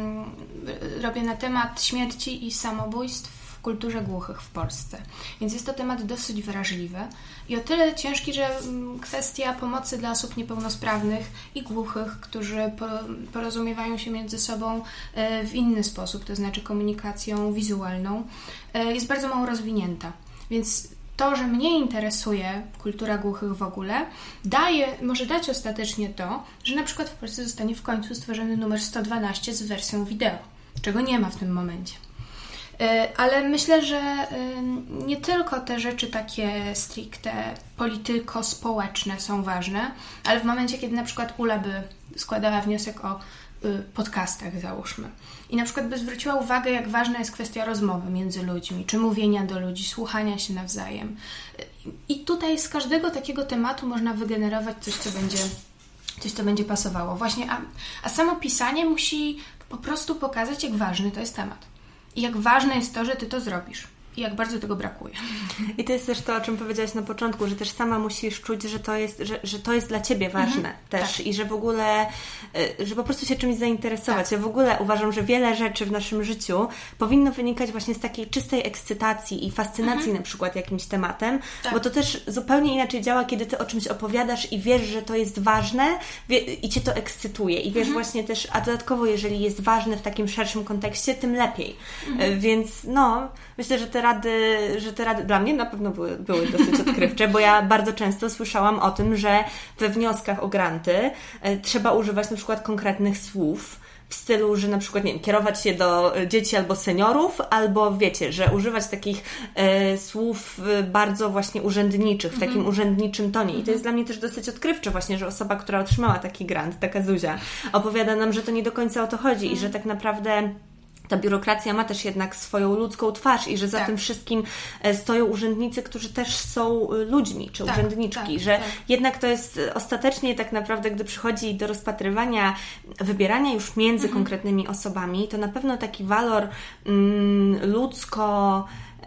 robię na temat śmierci i samobójstw w kulturze głuchych w Polsce. Więc jest to temat dosyć wrażliwy i o tyle ciężki, że kwestia pomocy dla osób niepełnosprawnych i głuchych, którzy porozumiewają się między sobą w inny sposób, to znaczy komunikacją wizualną, jest bardzo mało rozwinięta. Więc to, że mnie interesuje kultura głuchych w ogóle, daje, może dać ostatecznie to, że na przykład w Polsce zostanie w końcu stworzony numer sto dwanaście z wersją wideo, czego nie ma w tym momencie. Ale myślę, że nie tylko te rzeczy takie stricte polityko-społeczne są ważne, ale w momencie, kiedy na przykład Ula by składała wniosek o podcastach, załóżmy. I na przykład by zwróciła uwagę, jak ważna jest kwestia rozmowy między ludźmi, czy mówienia do ludzi, słuchania się nawzajem. I tutaj z każdego takiego tematu można wygenerować coś, co będzie, coś, co będzie pasowało. Właśnie, a, a samo pisanie musi po prostu pokazać, jak ważny to jest temat. I jak ważne jest to, że Ty to zrobisz. I jak bardzo tego brakuje. I to jest też to, o czym powiedziałaś na początku, że też sama musisz czuć, że to jest, że, że to jest dla Ciebie ważne mhm, też tak. I że w ogóle, że po prostu się czymś zainteresować. Tak. Ja w ogóle uważam, że wiele rzeczy w naszym życiu powinno wynikać właśnie z takiej czystej ekscytacji i fascynacji mhm. na przykład jakimś tematem, tak. bo to też zupełnie inaczej działa, kiedy Ty o czymś opowiadasz i wiesz, że to jest ważne wie, i Cię to ekscytuje. I wiesz mhm. właśnie też, a dodatkowo jeżeli jest ważne w takim szerszym kontekście, tym lepiej. Mhm. Więc no, myślę, że te rady, że te rady dla mnie na pewno były, były dosyć odkrywcze, bo ja bardzo często słyszałam o tym, że we wnioskach o granty e, trzeba używać na przykład konkretnych słów w stylu, że na przykład, nie wiem, kierować się do dzieci albo seniorów, albo wiecie, że używać takich e, słów bardzo właśnie urzędniczych, w mm-hmm. takim urzędniczym tonie. Mm-hmm. I to jest dla mnie też dosyć odkrywcze właśnie, że osoba, która otrzymała taki grant, taka Zuzia, opowiada nam, że to nie do końca o to chodzi mm. i że tak naprawdę ta biurokracja ma też jednak swoją ludzką twarz i że za tak. tym wszystkim stoją urzędnicy, którzy też są ludźmi, czy tak, urzędniczki, tak, że tak. jednak to jest ostatecznie tak naprawdę, gdy przychodzi do rozpatrywania, wybierania już między mhm. konkretnymi osobami, to na pewno taki walor mm, ludzko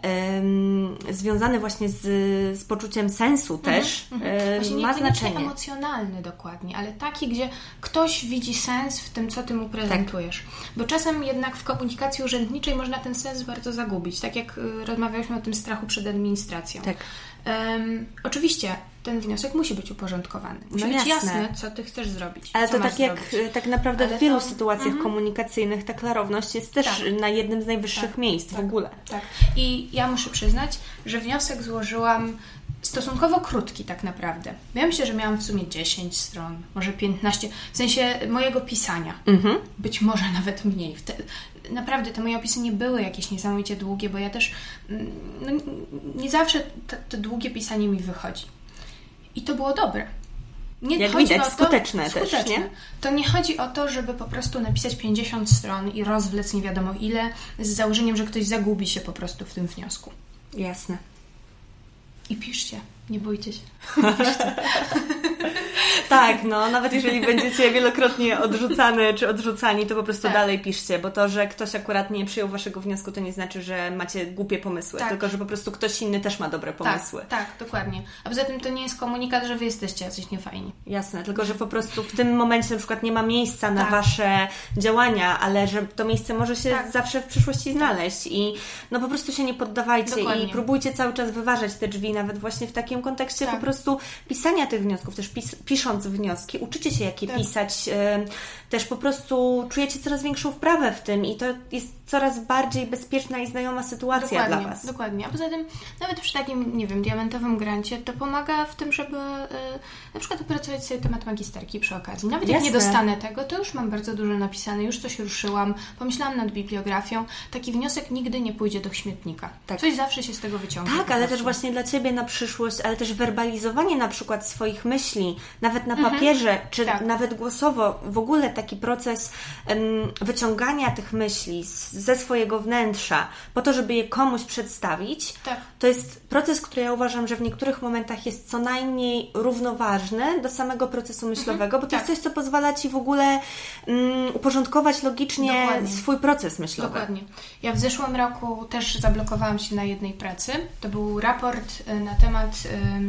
związany właśnie z, z poczuciem sensu też mm-hmm. Właśnie ma nie, znaczenie. Nie emocjonalny dokładnie, ale taki, gdzie ktoś widzi sens w tym, co Ty mu prezentujesz. Tak. Bo czasem jednak w komunikacji urzędniczej można ten sens bardzo zagubić, tak jak rozmawialiśmy o tym strachu przed administracją. Tak. Um, oczywiście ten wniosek musi być uporządkowany. Musi no być jasne. jasne, co Ty chcesz zrobić. Ale to tak jak zrobić. tak naprawdę Ale w wielu to... sytuacjach mm-hmm. komunikacyjnych ta klarowność jest też tak. na jednym z najwyższych tak. miejsc tak. w ogóle. Tak. I ja muszę przyznać, że wniosek złożyłam stosunkowo krótki tak naprawdę. Ja myślę, że miałam w sumie dziesięć stron, może piętnaście, w sensie mojego pisania. Mm-hmm. Być może nawet mniej. Wtedy, naprawdę te moje opisy nie były jakieś niesamowicie długie, bo ja też no, nie zawsze to, to długie pisanie mi wychodzi. I to było dobre. Nie Jak chodzi widać, o to, skuteczne, skuteczne też, nie? To nie chodzi o to, żeby po prostu napisać pięćdziesiąt stron i rozwlec nie wiadomo ile, z założeniem, że ktoś zagubi się po prostu w tym wniosku. Jasne. I piszcie. Nie bójcie się. Tak, no, nawet jeżeli będziecie wielokrotnie odrzucane czy odrzucani, to po prostu tak. dalej piszcie, bo to, że ktoś akurat nie przyjął Waszego wniosku, to nie znaczy, że macie głupie pomysły, tak. tylko, że po prostu ktoś inny też ma dobre pomysły. Tak, tak, dokładnie. A poza tym to nie jest komunikat, że Wy jesteście jacyś niefajni. Jasne, tylko, że po prostu w tym momencie na przykład nie ma miejsca na tak. Wasze działania, ale że to miejsce może się tak. zawsze w przyszłości znaleźć i no po prostu się nie poddawajcie dokładnie. I próbujcie cały czas wyważać te drzwi, nawet właśnie w takim kontekście tak. po prostu pisania tych wniosków, też pis- pisząc wnioski, uczycie się, jak je tak. pisać, e, też po prostu czujecie coraz większą wprawę w tym i to jest coraz bardziej bezpieczna i znajoma sytuacja dokładnie, dla Was. Dokładnie, a poza tym nawet przy takim, nie wiem, diamentowym grancie to pomaga w tym, żeby e, na przykład opracować sobie temat magisterki przy okazji. Nawet jak Jasne. nie dostanę tego, to już mam bardzo dużo napisane, już coś ruszyłam, pomyślałam nad bibliografią. Taki wniosek nigdy nie pójdzie do śmietnika. Tak. Coś zawsze się z tego wyciągnie. Tak, ale też właśnie dla Ciebie na przyszłość, ale też werbalizowanie na przykład swoich myśli, nawet na papierze, mhm. czy tak. nawet głosowo, w ogóle taki proces um, wyciągania tych myśli z, ze swojego wnętrza, po to, żeby je komuś przedstawić, tak. to jest proces, który ja uważam, że w niektórych momentach jest co najmniej równoważny do samego procesu myślowego, mhm. bo to tak. jest coś, co pozwala Ci w ogóle um, uporządkować logicznie Dokładnie. swój proces myślowy. Dokładnie. Ja w zeszłym roku też zablokowałam się na jednej pracy. To był raport na temat um,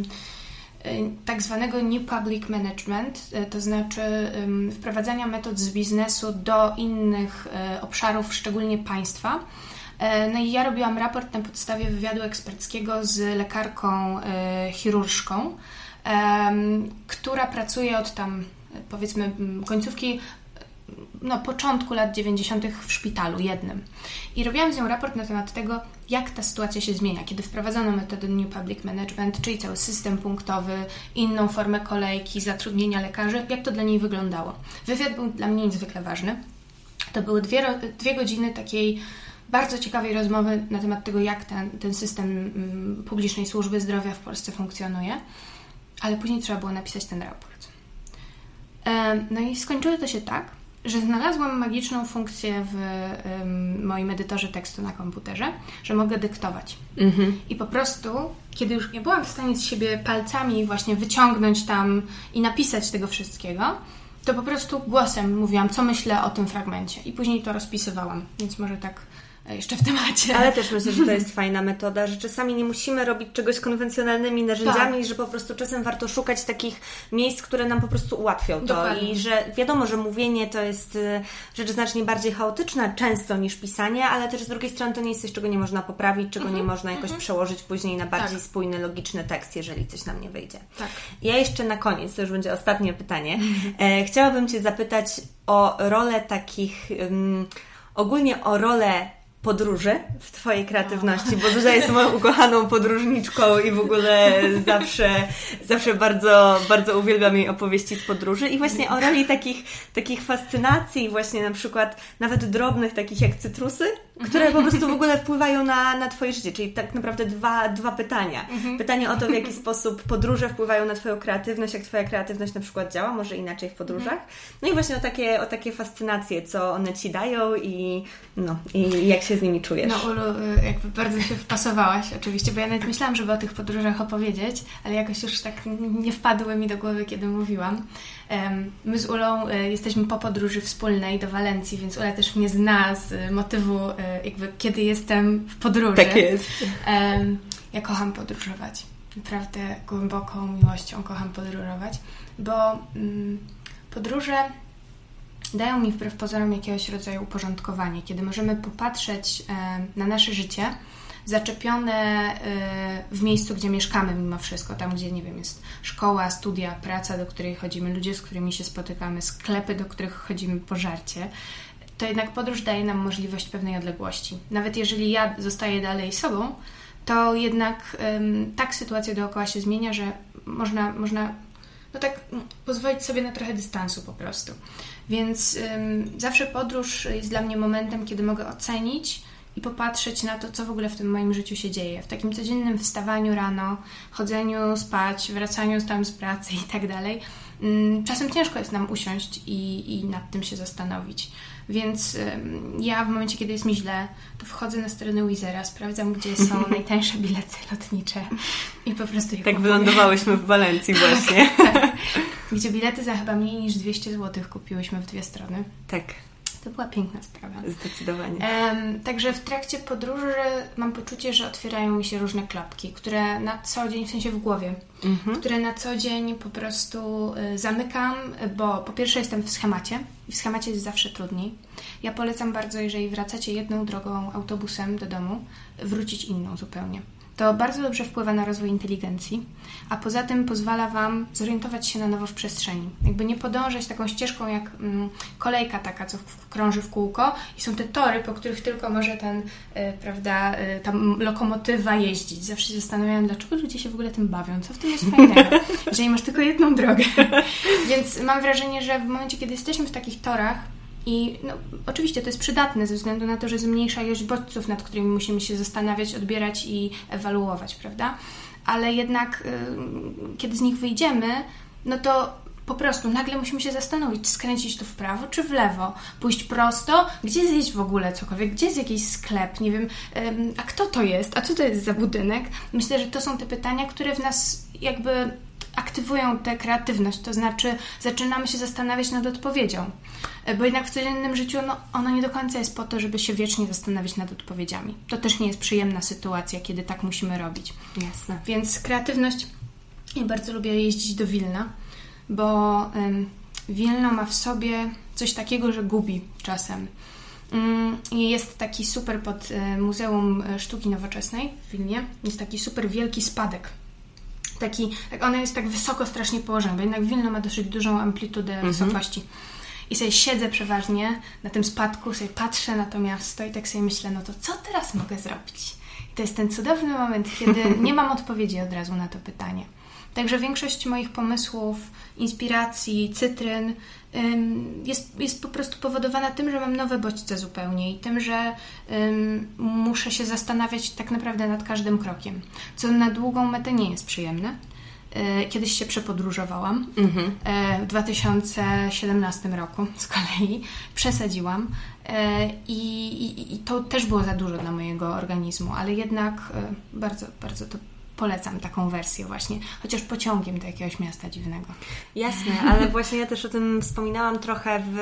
tak zwanego New Public Management, to znaczy um, wprowadzania metod z biznesu do innych e, obszarów, szczególnie państwa. E, no i ja robiłam raport na podstawie wywiadu eksperckiego z lekarką e, chirurżką, e, która pracuje od tam, powiedzmy, końcówki no, początku lat dziewięćdziesiątych w szpitalu jednym. I robiłam z nią raport na temat tego, jak ta sytuacja się zmienia, kiedy wprowadzono metodę New Public Management, czyli cały system punktowy, inną formę kolejki, zatrudnienia lekarzy, jak to dla niej wyglądało. Wywiad był dla mnie niezwykle ważny. To były dwie, dwie godziny takiej bardzo ciekawej rozmowy na temat tego, jak ten, ten system publicznej służby zdrowia w Polsce funkcjonuje, ale później trzeba było napisać ten raport. No i skończyło to się tak, że znalazłam magiczną funkcję w um, moim edytorze tekstu na komputerze, że mogę dyktować. Mhm. I po prostu, kiedy już nie byłam w stanie z siebie palcami właśnie wyciągnąć tam i napisać tego wszystkiego, to po prostu głosem mówiłam, co myślę o tym fragmencie. I później to rozpisywałam, więc może tak jeszcze w temacie. Ale też myślę, że to jest fajna metoda, że czasami nie musimy robić czegoś konwencjonalnymi narzędziami, tak. że po prostu czasem warto szukać takich miejsc, które nam po prostu ułatwią to. Dokładnie. I że wiadomo, że mówienie to jest rzecz znacznie bardziej chaotyczna często niż pisanie, ale też z drugiej strony to nie jest coś, czego nie można poprawić, czego mm-hmm. nie można jakoś mm-hmm. przełożyć później na bardziej tak. spójny, logiczny tekst, jeżeli coś nam nie wyjdzie. Tak. Ja jeszcze na koniec, to już będzie ostatnie pytanie, mm-hmm. e, chciałabym Cię zapytać o rolę takich, um, ogólnie o rolę podróży w Twojej kreatywności, bo Zuzia jest moją ukochaną podróżniczką i w ogóle zawsze, zawsze bardzo, bardzo uwielbiam jej opowieści z podróży i właśnie o roli takich, takich fascynacji, właśnie na przykład nawet drobnych, takich jak cytrusy, które po prostu w ogóle wpływają na, na Twoje życie, czyli tak naprawdę dwa, dwa pytania. Pytanie o to, w jaki sposób podróże wpływają na Twoją kreatywność, jak Twoja kreatywność na przykład działa, może inaczej w podróżach. No i właśnie o takie, o takie fascynacje, co one Ci dają i, no, i jak się z nimi czujesz. No Ulu, jakby bardzo się wpasowałaś oczywiście, bo ja nawet myślałam, żeby o tych podróżach opowiedzieć, ale jakoś już tak nie wpadły mi do głowy, kiedy mówiłam. My z Ulą jesteśmy po podróży wspólnej do Walencji, więc Ula też mnie zna z motywu jakby kiedy jestem w podróży. Tak jest. Ja kocham podróżować. Naprawdę głęboką miłością kocham podróżować, bo podróże dają mi wbrew pozorom jakiegoś rodzaju uporządkowanie, kiedy możemy popatrzeć na nasze życie zaczepione w miejscu, gdzie mieszkamy mimo wszystko, tam gdzie, nie wiem, jest szkoła, studia, praca, do której chodzimy, ludzie, z którymi się spotykamy, sklepy, do których chodzimy po żarcie, to jednak podróż daje nam możliwość pewnej odległości. Nawet jeżeli ja zostaję dalej sobą, to jednak um, tak sytuacja dookoła się zmienia, że można, można no tak pozwolić sobie na trochę dystansu po prostu. Więc um, zawsze podróż jest dla mnie momentem, kiedy mogę ocenić i popatrzeć na to, co w ogóle w tym moim życiu się dzieje. W takim codziennym wstawaniu rano, chodzeniu spać, wracaniu tam z pracy i tak dalej. Czasem ciężko jest nam usiąść i, i nad tym się zastanowić. Więc ym, ja w momencie, kiedy jest mi źle, to wchodzę na stronę Wizera, sprawdzam, gdzie są najtańsze bilety lotnicze i po prostu je Tak kupuję. Wylądowałyśmy w Walencji właśnie. tak, gdzie bilety za chyba mniej niż dwieście złotych kupiłyśmy w dwie strony. Tak. To była piękna sprawa. Zdecydowanie. Um, także w trakcie podróży mam poczucie, że otwierają mi się różne klapki, które na co dzień, w sensie w głowie, mhm. które na co dzień po prostu y, zamykam, bo po pierwsze jestem w schemacie i w schemacie jest zawsze trudniej. Ja polecam bardzo, jeżeli wracacie jedną drogą autobusem do domu, wrócić inną zupełnie. To bardzo dobrze wpływa na rozwój inteligencji, a poza tym pozwala Wam zorientować się na nowo w przestrzeni. Jakby nie podążać taką ścieżką jak mm, kolejka taka, co w, krąży w kółko i są te tory, po których tylko może ten, y, prawda, y, ta lokomotywa jeździć. Zawsze się zastanawiałam, dlaczego ludzie się w ogóle tym bawią, co w tym jest fajnego, jeżeli masz tylko jedną drogę. Więc mam wrażenie, że w momencie, kiedy jesteśmy w takich torach, i no, oczywiście to jest przydatne ze względu na to, że zmniejsza ilość bodźców, nad którymi musimy się zastanawiać, odbierać i ewaluować, prawda? Ale jednak y, kiedy z nich wyjdziemy, no to po prostu nagle musimy się zastanowić, skręcić tu w prawo czy w lewo, pójść prosto, gdzie zjeść w ogóle cokolwiek, gdzie jest jakiś sklep, nie wiem, y, a kto to jest, a co to jest za budynek? Myślę, że to są te pytania, które w nas jakby aktywują tę kreatywność, to znaczy zaczynamy się zastanawiać nad odpowiedzią, bo jednak w codziennym życiu no, ono nie do końca jest po to, żeby się wiecznie zastanawiać nad odpowiedziami. To też nie jest przyjemna sytuacja, kiedy tak musimy robić. Jasne. Więc kreatywność, ja bardzo lubię jeździć do Wilna, bo ym, Wilno ma w sobie coś takiego, że gubi czasem. Ym, jest taki super pod y, Muzeum Sztuki Nowoczesnej w Wilnie, jest taki super wielki spadek. Taki, tak ono jest tak wysoko strasznie położone, bo jednak Wilno ma dosyć dużą amplitudę mm-hmm. wysokości. I sobie siedzę przeważnie na tym spadku, sobie patrzę na to miasto i tak sobie myślę, no to co teraz mogę zrobić? I to jest ten cudowny moment, kiedy nie mam odpowiedzi od razu na to pytanie. Także większość moich pomysłów, inspiracji, cytryn ym, jest, jest po prostu powodowana tym, że mam nowe bodźce zupełnie i tym, że ym, muszę się zastanawiać tak naprawdę nad każdym krokiem, co na długą metę nie jest przyjemne. Kiedyś się przepodróżowałam. Mhm. W dwa tysiące siedemnastym roku z kolei przesadziłam i, i, i to też było za dużo dla mojego organizmu, ale jednak bardzo, bardzo to polecam taką wersję właśnie, chociaż pociągiem do jakiegoś miasta dziwnego. Jasne, ale właśnie ja też o tym wspominałam trochę w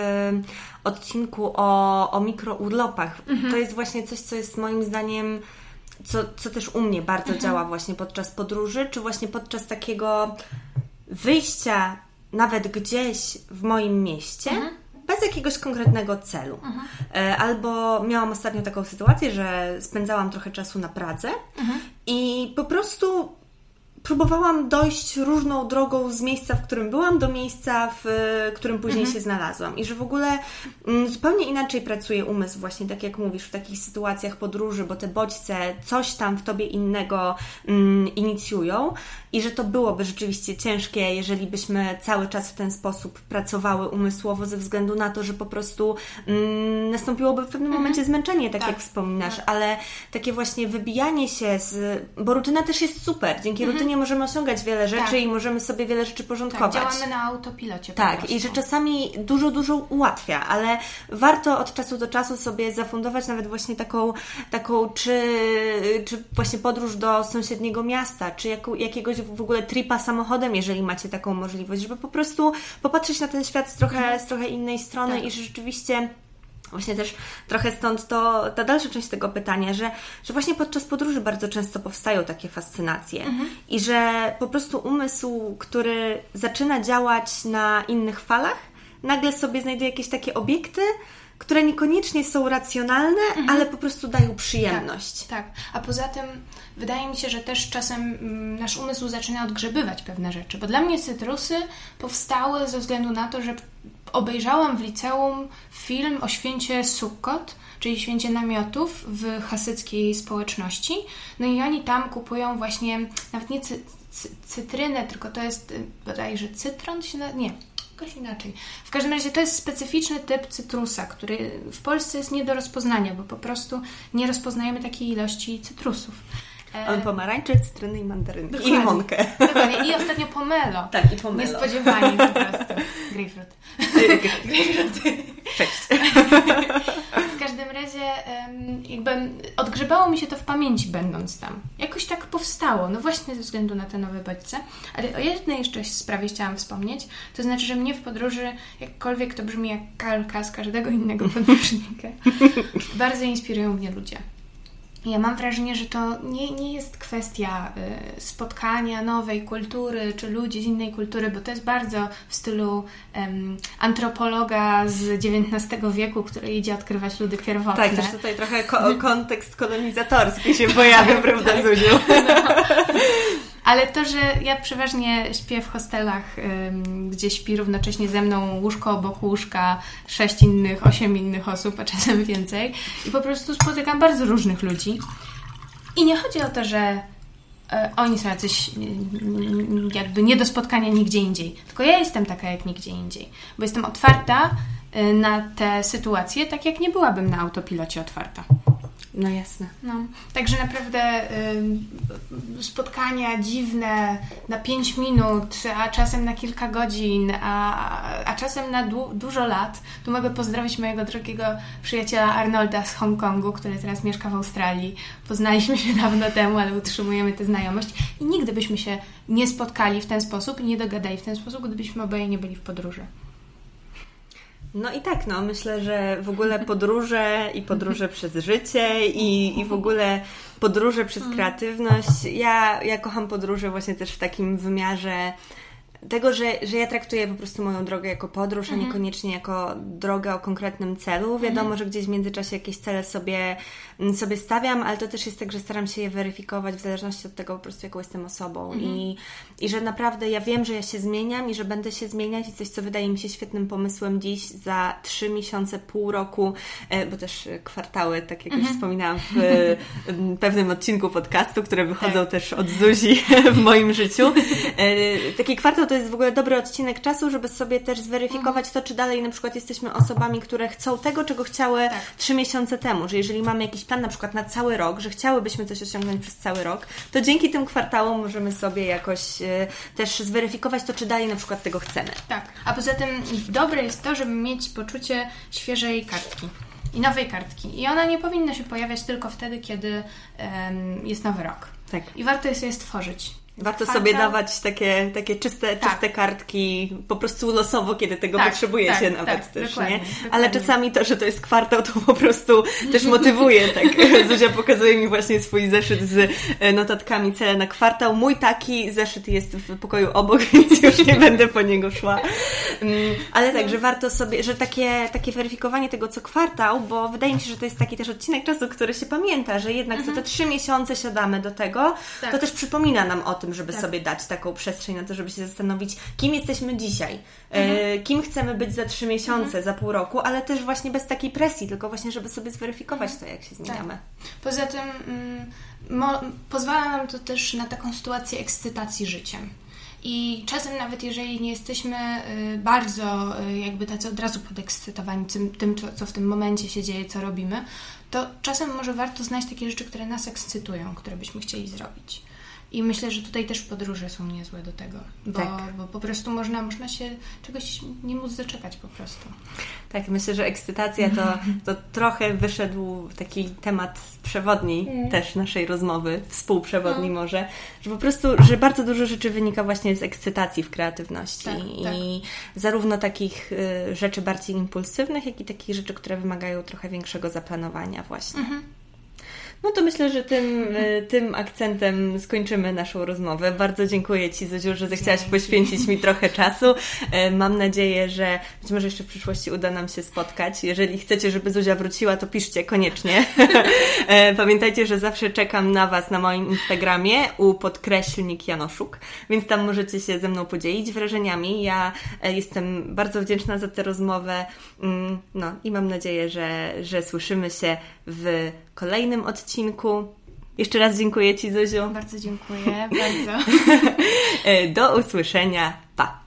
odcinku o, o mikrourlopach. Mhm. To jest właśnie coś, co jest moim zdaniem, co, co też u mnie bardzo mhm. działa właśnie podczas podróży, czy właśnie podczas takiego wyjścia nawet gdzieś w moim mieście, mhm. bez jakiegoś konkretnego celu. Mhm. Albo miałam ostatnio taką sytuację, że spędzałam trochę czasu na Pradze mhm. i po prostu próbowałam dojść różną drogą z miejsca, w którym byłam, do miejsca, w którym później mhm. się znalazłam. I że w ogóle mm, zupełnie inaczej pracuje umysł, właśnie tak jak mówisz, w takich sytuacjach podróży, bo te bodźce coś tam w Tobie innego mm, inicjują i że to byłoby rzeczywiście ciężkie, jeżeli byśmy cały czas w ten sposób pracowały umysłowo, ze względu na to, że po prostu mm, nastąpiłoby w pewnym mhm. momencie zmęczenie, tak, tak jak wspominasz, tak. ale takie właśnie wybijanie się z... Bo rutyna też jest super, dzięki mhm. rutynie możemy osiągać wiele rzeczy tak. i możemy sobie wiele rzeczy porządkować. Tak, działamy na autopilocie. Tak, i że czasami dużo, dużo ułatwia, ale warto od czasu do czasu sobie zafundować nawet właśnie taką, taką czy, czy właśnie podróż do sąsiedniego miasta, czy jaką, jakiegoś w ogóle tripa samochodem, jeżeli macie taką możliwość, żeby po prostu popatrzeć na ten świat z trochę, z trochę innej strony tak. i że rzeczywiście właśnie też trochę stąd to, ta dalsza część tego pytania, że, że właśnie podczas podróży bardzo często powstają takie fascynacje mhm. i że po prostu umysł, który zaczyna działać na innych falach, nagle sobie znajduje jakieś takie obiekty, które niekoniecznie są racjonalne, mhm. ale po prostu dają przyjemność. Tak, tak. A poza tym wydaje mi się, że też czasem nasz umysł zaczyna odgrzebywać pewne rzeczy, bo dla mnie cytrusy powstały ze względu na to, że obejrzałam w liceum film o święcie Sukkot, czyli święcie namiotów w hasyckiej społeczności. No i oni tam kupują właśnie nawet nie cy, cy, cytrynę, tylko to jest bodajże cytron się na, nie, jakoś inaczej. W każdym razie to jest specyficzny typ cytrusa, który w Polsce jest nie do rozpoznania, bo po prostu nie rozpoznajemy takiej ilości cytrusów. On pomarańcze, cytryny i mandarynki. Dokładnie. I limonkę. Dokładnie. I ostatnio pomelo. Tak, i pomelo. Niespodziewanie po prostu. Grapefruit. Grapefruit. Cześć. W każdym razie jakby odgrzebało mi się to w pamięci, będąc tam. Jakoś tak powstało. No właśnie ze względu na te nowe bodźce. Ale o jednej jeszcze sprawie chciałam wspomnieć. To znaczy, że mnie w podróży, jakkolwiek to brzmi jak kalka z każdego innego podróżnika, bardzo inspirują mnie ludzie. Ja mam wrażenie, że to nie, nie jest kwestia y, spotkania nowej kultury czy ludzi z innej kultury, bo to jest bardzo w stylu um, antropologa z dziewiętnastego wieku, który idzie odkrywać ludy pierwotne. Tak, też tutaj trochę ko- kontekst kolonizatorski się pojawia, tak, prawda, tak. Zuziu? No. Ale to, że ja przeważnie śpię w hostelach, ym, gdzie śpi równocześnie ze mną łóżko obok łóżka, sześć innych, osiem innych osób, a czasem więcej. I po prostu spotykam bardzo różnych ludzi. I nie chodzi o to, że y, oni są jacyś y, y, jakby nie do spotkania nigdzie indziej. Tylko ja jestem taka jak nigdzie indziej. Bo jestem otwarta y, na te sytuacje, tak jak nie byłabym na autopilocie otwarta. No jasne. No, także naprawdę y, spotkania dziwne na pięć minut, a czasem na kilka godzin, a, a czasem na du- dużo lat. Tu mogę pozdrowić mojego drogiego przyjaciela Arnolda z Hongkongu, który teraz mieszka w Australii. Poznaliśmy się dawno temu, ale utrzymujemy tę znajomość i nigdy byśmy się nie spotkali w ten sposób i nie dogadali w ten sposób, gdybyśmy oboje nie byli w podróży. No i tak, no myślę, że w ogóle podróże i podróże przez życie i, i w ogóle podróże przez kreatywność. Ja, ja kocham podróże właśnie też w takim wymiarze tego, że, że ja traktuję po prostu moją drogę jako podróż, mhm. a niekoniecznie jako drogę o konkretnym celu. Wiadomo, mhm. że gdzieś w międzyczasie jakieś cele sobie, sobie stawiam, ale to też jest tak, że staram się je weryfikować w zależności od tego po prostu, jaką jestem osobą. Mhm. I, I że naprawdę ja wiem, że ja się zmieniam i że będę się zmieniać i coś, co wydaje mi się świetnym pomysłem dziś, za trzy miesiące, pół roku, bo też kwartały, tak jak mhm. już wspominałam w pewnym odcinku podcastu, które wychodzą tak. też od Zuzi w moim życiu. Taki kwartał to to jest w ogóle dobry odcinek czasu, żeby sobie też zweryfikować to, czy dalej na przykład jesteśmy osobami, które chcą tego, czego chciały tak. trzy miesiące temu, że jeżeli mamy jakiś plan na przykład na cały rok, że chciałybyśmy coś osiągnąć przez cały rok, to dzięki tym kwartałom możemy sobie jakoś e, też zweryfikować to, czy dalej na przykład tego chcemy. Tak, a poza tym dobre jest to, żeby mieć poczucie świeżej kartki i nowej kartki. I ona nie powinna się pojawiać tylko wtedy, kiedy um, jest nowy rok. Tak. I warto jest je stworzyć. Warto Kwartał. sobie dawać takie, takie czyste, tak. czyste kartki po prostu losowo, kiedy tego tak, potrzebujecie tak, nawet tak, też, dokładnie, nie? Dokładnie. Ale czasami to, że to jest kwartał, to po prostu też motywuje, tak. Zuzia pokazuje mi właśnie swój zeszyt z notatkami cele na kwartał. Mój taki zeszyt jest w pokoju obok, więc już nie będę po niego szła. Ale tak, że warto sobie, że takie, takie weryfikowanie tego co kwartał, bo wydaje mi się, że to jest taki też odcinek czasu, który się pamięta, że jednak mhm. za te trzy miesiące siadamy do tego, tak. to też przypomina nam o tym, żeby tak. sobie dać taką przestrzeń na to, żeby się zastanowić, kim jesteśmy dzisiaj, mhm. e, kim chcemy być za trzy miesiące, mhm. za pół roku, ale też właśnie bez takiej presji, tylko właśnie, żeby sobie zweryfikować to, jak się zmieniamy. Tak. Poza tym mm, mo, pozwala nam to też na taką sytuację ekscytacji życiem. I czasem nawet jeżeli nie jesteśmy y, bardzo y, jakby tacy od razu podekscytowani tym, tym, co w tym momencie się dzieje, co robimy, to czasem może warto znaleźć takie rzeczy, które nas ekscytują, które byśmy chcieli zrobić. I myślę, że tutaj też podróże są niezłe do tego, bo, tak. bo po prostu można, można się czegoś nie móc doczekać po prostu. Tak, myślę, że ekscytacja to, to trochę wyszedł taki temat przewodni mm. też naszej rozmowy, współprzewodni mm. może, że po prostu, że bardzo dużo rzeczy wynika właśnie z ekscytacji w kreatywności tak, i tak. zarówno takich y, rzeczy bardziej impulsywnych, jak i takich rzeczy, które wymagają trochę większego zaplanowania właśnie. Mm-hmm. No to myślę, że tym, tym akcentem skończymy naszą rozmowę. Bardzo dziękuję Ci, Zuziu, że zechciałaś poświęcić mi trochę czasu. Mam nadzieję, że być może jeszcze w przyszłości uda nam się spotkać. Jeżeli chcecie, żeby Zuzia wróciła, to piszcie koniecznie. Pamiętajcie, że zawsze czekam na Was na moim Instagramie u podkreślnik Janoszuk, więc tam możecie się ze mną podzielić wrażeniami. Ja jestem bardzo wdzięczna za tę rozmowę. No i mam nadzieję, że, że słyszymy się w kolejnym odcinku. Jeszcze raz dziękuję Ci, Zuziu. Bardzo dziękuję, bardzo. Do usłyszenia. Pa!